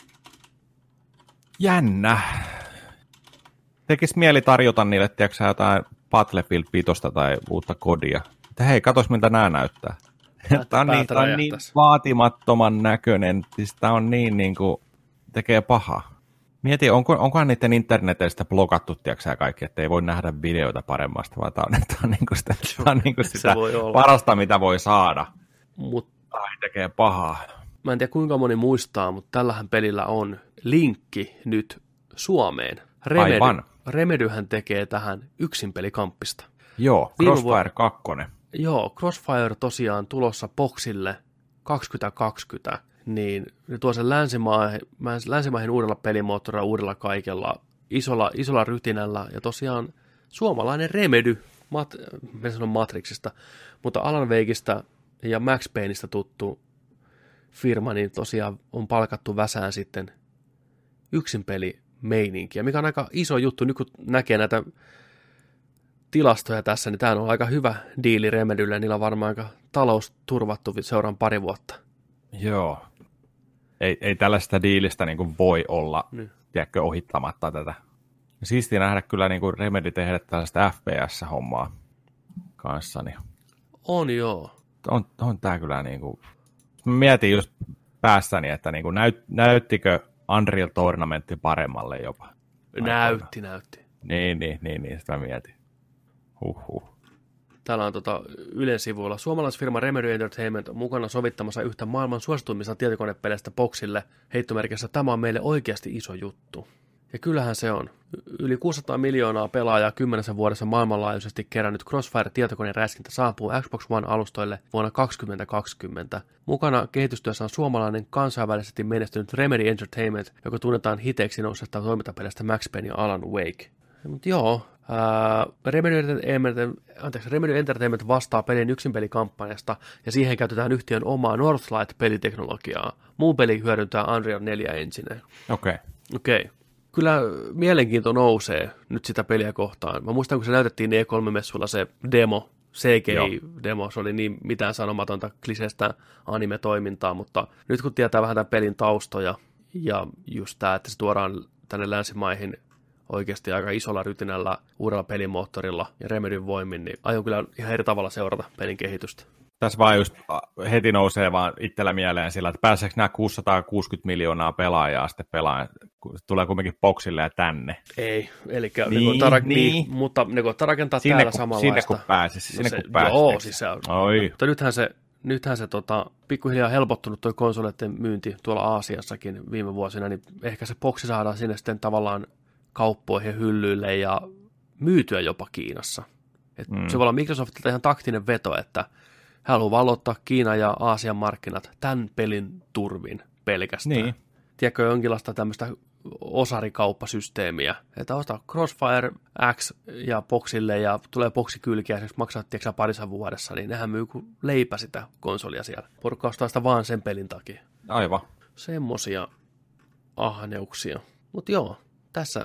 jännä. Tekisi mieli tarjota niille, tiedätkö jotain Battlefield 5 tai uutta kodia. Että hei, katos miltä nämä näyttää. Tämä on niin vaatimattoman näköinen, siis tämä on niin kuin tekee pahaa. Mieti, onkohan niiden internetistä blokattu, tiedätkö kaikki, että ei voi nähdä videoita paremmasta, vaan tämä on niin kuin sitä parasta, mitä voi saada. Tai tekee pahaa. Mä en tiedä, kuinka moni muistaa, mutta tällähän pelillä on linkki nyt Suomeen. Remedyhän tekee tähän yksinpelikamppista. Joo, Crossfire 2. Joo, Crossfire tosiaan tulossa boxille 2020, niin ne tuo sen länsimaihin uudella pelimoottorilla, uudella kaikella, isolla rytinällä, ja tosiaan suomalainen Remedy, mä sanon Matrixista, mutta Alan Wakeista ja Max Payneista tuttu firma, niin tosiaan on palkattu väsään sitten yksinpelimeininkiä, mikä on aika iso juttu, nyt kun näkee näitä tilastoja tässä, niin tämä on aika hyvä diili Remedylle, niillä on varmaan aika talous turvattu seuraan pari vuotta. Joo. Ei tällaista diilistä niin kuin voi olla, tiedätkö, ohittamatta tätä. Siistiä nähdä kyllä niin kuin Remedy tehdä tällaista FPS-hommaa kanssani. On joo. On tämä kyllä niin kuin... Mietin just päässäni, että niin kuin näyttikö Unreal Tournamentti paremmalle jopa. Näytti. Niin, sitä mietin. Täällä on Ylen sivuilla. Suomalaisfirma Remedy Entertainment on mukana sovittamassa yhtä maailman suosituimmista tietokonepeleistä boxille. Heittomerkissä tämä on meille oikeasti iso juttu. Ja kyllähän se on. Yli 600 miljoonaa pelaajaa 10 vuodessa maailmanlaajuisesti kerännyt Crossfire-tietokoneen räiskintä saapuu Xbox One-alustoille vuonna 2020. Mukana kehitystyössä on suomalainen kansainvälisesti menestynyt Remedy Entertainment, joka tunnetaan hiteeksi nousesta toimintapelistä Max Payne ja Alan Wake. Mutta joo, Remedy Entertainment vastaa pelin yksinpelikampanjasta ja siihen käytetään yhtiön omaa Northlight-peliteknologiaa. Muu peli hyödyntää Unreal 4 Engine. Okei. Kyllä mielenkiinto nousee nyt sitä peliä kohtaan. Mä muistan, kun se näytettiin E3-messuilla se demo, CGI-demo, se oli niin mitään sanomatonta kliseistä anime-toimintaa, mutta nyt kun tietää vähän tämän pelin taustoja ja just tämä, että se tuodaan tänne länsimaihin oikeasti aika isolla rytinällä, uudella pelimoottorilla ja Remedyn voimin, niin aion kyllä ihan eri tavalla seurata pelin kehitystä. Tässä vaan just heti nousee vaan itsellä mieleen sillä, että pääseekö nämä 660 miljoonaa pelaajaa sitten pelaamaan, tulee kumminkin boksille ja tänne. Ei, eli mutta ne koittaa rakentaa sinne, täällä samanlaista. Sinne kun pääsisi. Joo, siis se on. Mutta nythän se pikkuhiljaa helpottunut tuo konsoleiden myynti tuolla Aasiassakin viime vuosina, niin ehkä se boksi saadaan sinne sitten tavallaan kauppoihin ja hyllyille ja myytyä jopa Kiinassa. Se voi olla Microsoftilta ihan taktinen veto, että he haluaa valottaa Kiinan ja Aasian markkinat tämän pelin turvin pelkästään. Niin. Tiedätkö jonkinlaista tämmöistä osarikauppasysteemiä, että ostaa Crossfire X ja boksille ja tulee boksi kylkiäiseksi, maksaa tiedätkö parissa vuodessa, niin nehän myy kuin leipä sitä konsolia siellä. Porukka ostaa sitä vaan sen pelin takia. Aivan. Semmosia ahneuksia. Mutta joo, tässä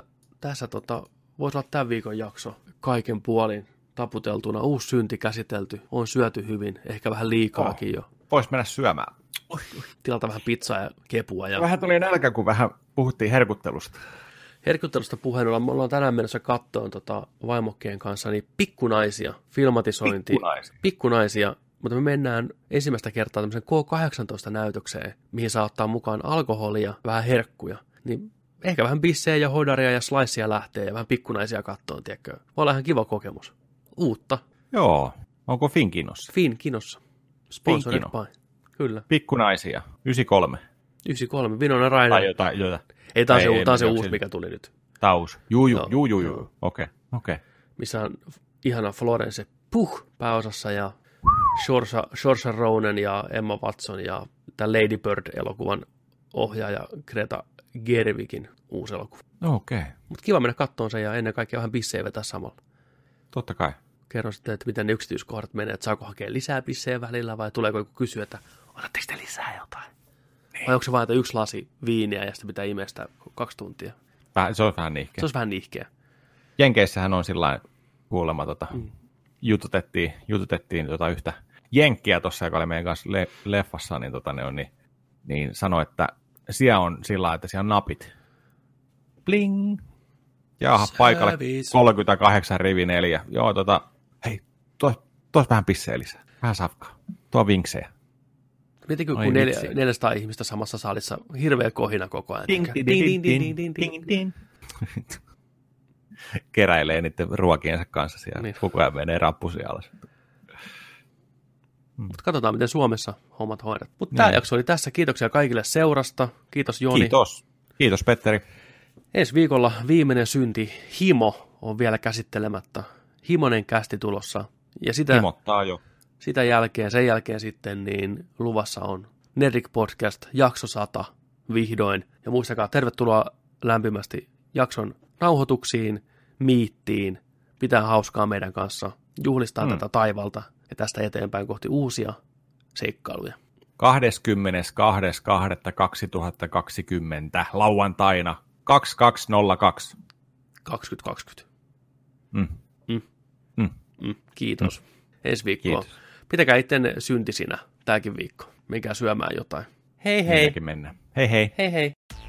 voisi olla tämän viikon jakso kaiken puolin taputeltuna. Uusi synti käsitelty, on syöty hyvin, ehkä vähän liikaakin jo. Vois mennä syömään. Tilata vähän pizzaa ja kepua. Ja vähän tuli nälkä, kun vähän puhuttiin herkuttelusta. Herkuttelusta puheen ollaan. Me ollaan tänään mennessä kattoon vaimokkeen kanssa niin pikkunaisia, filmatisointi. Pikkunaisia. Mutta me mennään ensimmäistä kertaa tämmöisen K18-näytökseen, mihin saa ottaa mukaan alkoholia, vähän herkkuja. Niin ehkä vähän bissejä ja hodaria ja slicea lähtee ja vähän pikkunaisia kattoon, tiedätkö. Voi olla ihan kiva kokemus. Uutta. Joo. Onko Finkinossa? Finkinossa. Sponsored by. Kyllä. Pikkunaisia. 93. 93. Vinonen Rainer. Tai jotain. Ei, tämä on se uusi, mikä tuli nyt. Taus. Juu. Okei. Missä on ihana Florence Pugh pääosassa ja Saoirse Ronan ja Emma Watson ja tämän Lady Bird-elokuvan ohjaaja Greta Gerwigin uusi elokuva. Okei. Mutta kiva mennä kattoon sen ja ennen kaikkea vähän bissejä vetää samalla. Totta kai. Kerro sitten, että miten ne yksityiskohdat menee, että saako hakea lisää bissejä välillä vai tuleeko joku kysyä, että otatteko te lisää jotain? Niin. Vai onko se vain, että yksi lasi viiniä ja sitten pitää imestä 2 tuntia? Se on vähän nihkeä. Se on vähän nihkeä. Jenkeissähän on sillain kuulemma, jututettiin yhtä jenkkiä tuossa, joka oli meidän kanssa leffassa, niin sanoi, että siellä on sillä että siellä on napit. Bling! Jaaha, paikalle 38 rivi 4. Joo, hei, tuossa vähän pisseä lisää. Vähän safkaa. Tuo vinksejä. Mietitkö, kun 400 ihmistä samassa salissa, hirveä kohina koko ajan. Ding. Keräilee niiden ruokiensa kanssa siellä. Niin. Koko ajan menee rappusia alas. Mutta katsotaan, miten Suomessa hommat hoidat. Mutta tämä jakso oli tässä. Kiitoksia kaikille seurasta. Kiitos Joni. Kiitos Petteri. Ensi viikolla viimeinen synti, Himo, on vielä käsittelemättä. Himonen kästi tulossa. Ja himottaa jo. Sen jälkeen sitten niin luvassa on Nerdik Podcast, jakso 100, vihdoin. Ja muistakaa, tervetuloa lämpimästi jakson nauhoituksiin, miittiin. Pitää hauskaa meidän kanssa, juhlistaa tätä taivalta ja tästä eteenpäin kohti uusia seikkailuja. 22.2.2020 lauantaina 2202. 2020. Kiitos. Ensi viikkoa. Kiitos. Pitäkää itten syntisinä tämäkin viikko. Menkää syömään jotain. Hei hei. Minäkin mennään. Hei hei. Hei hei.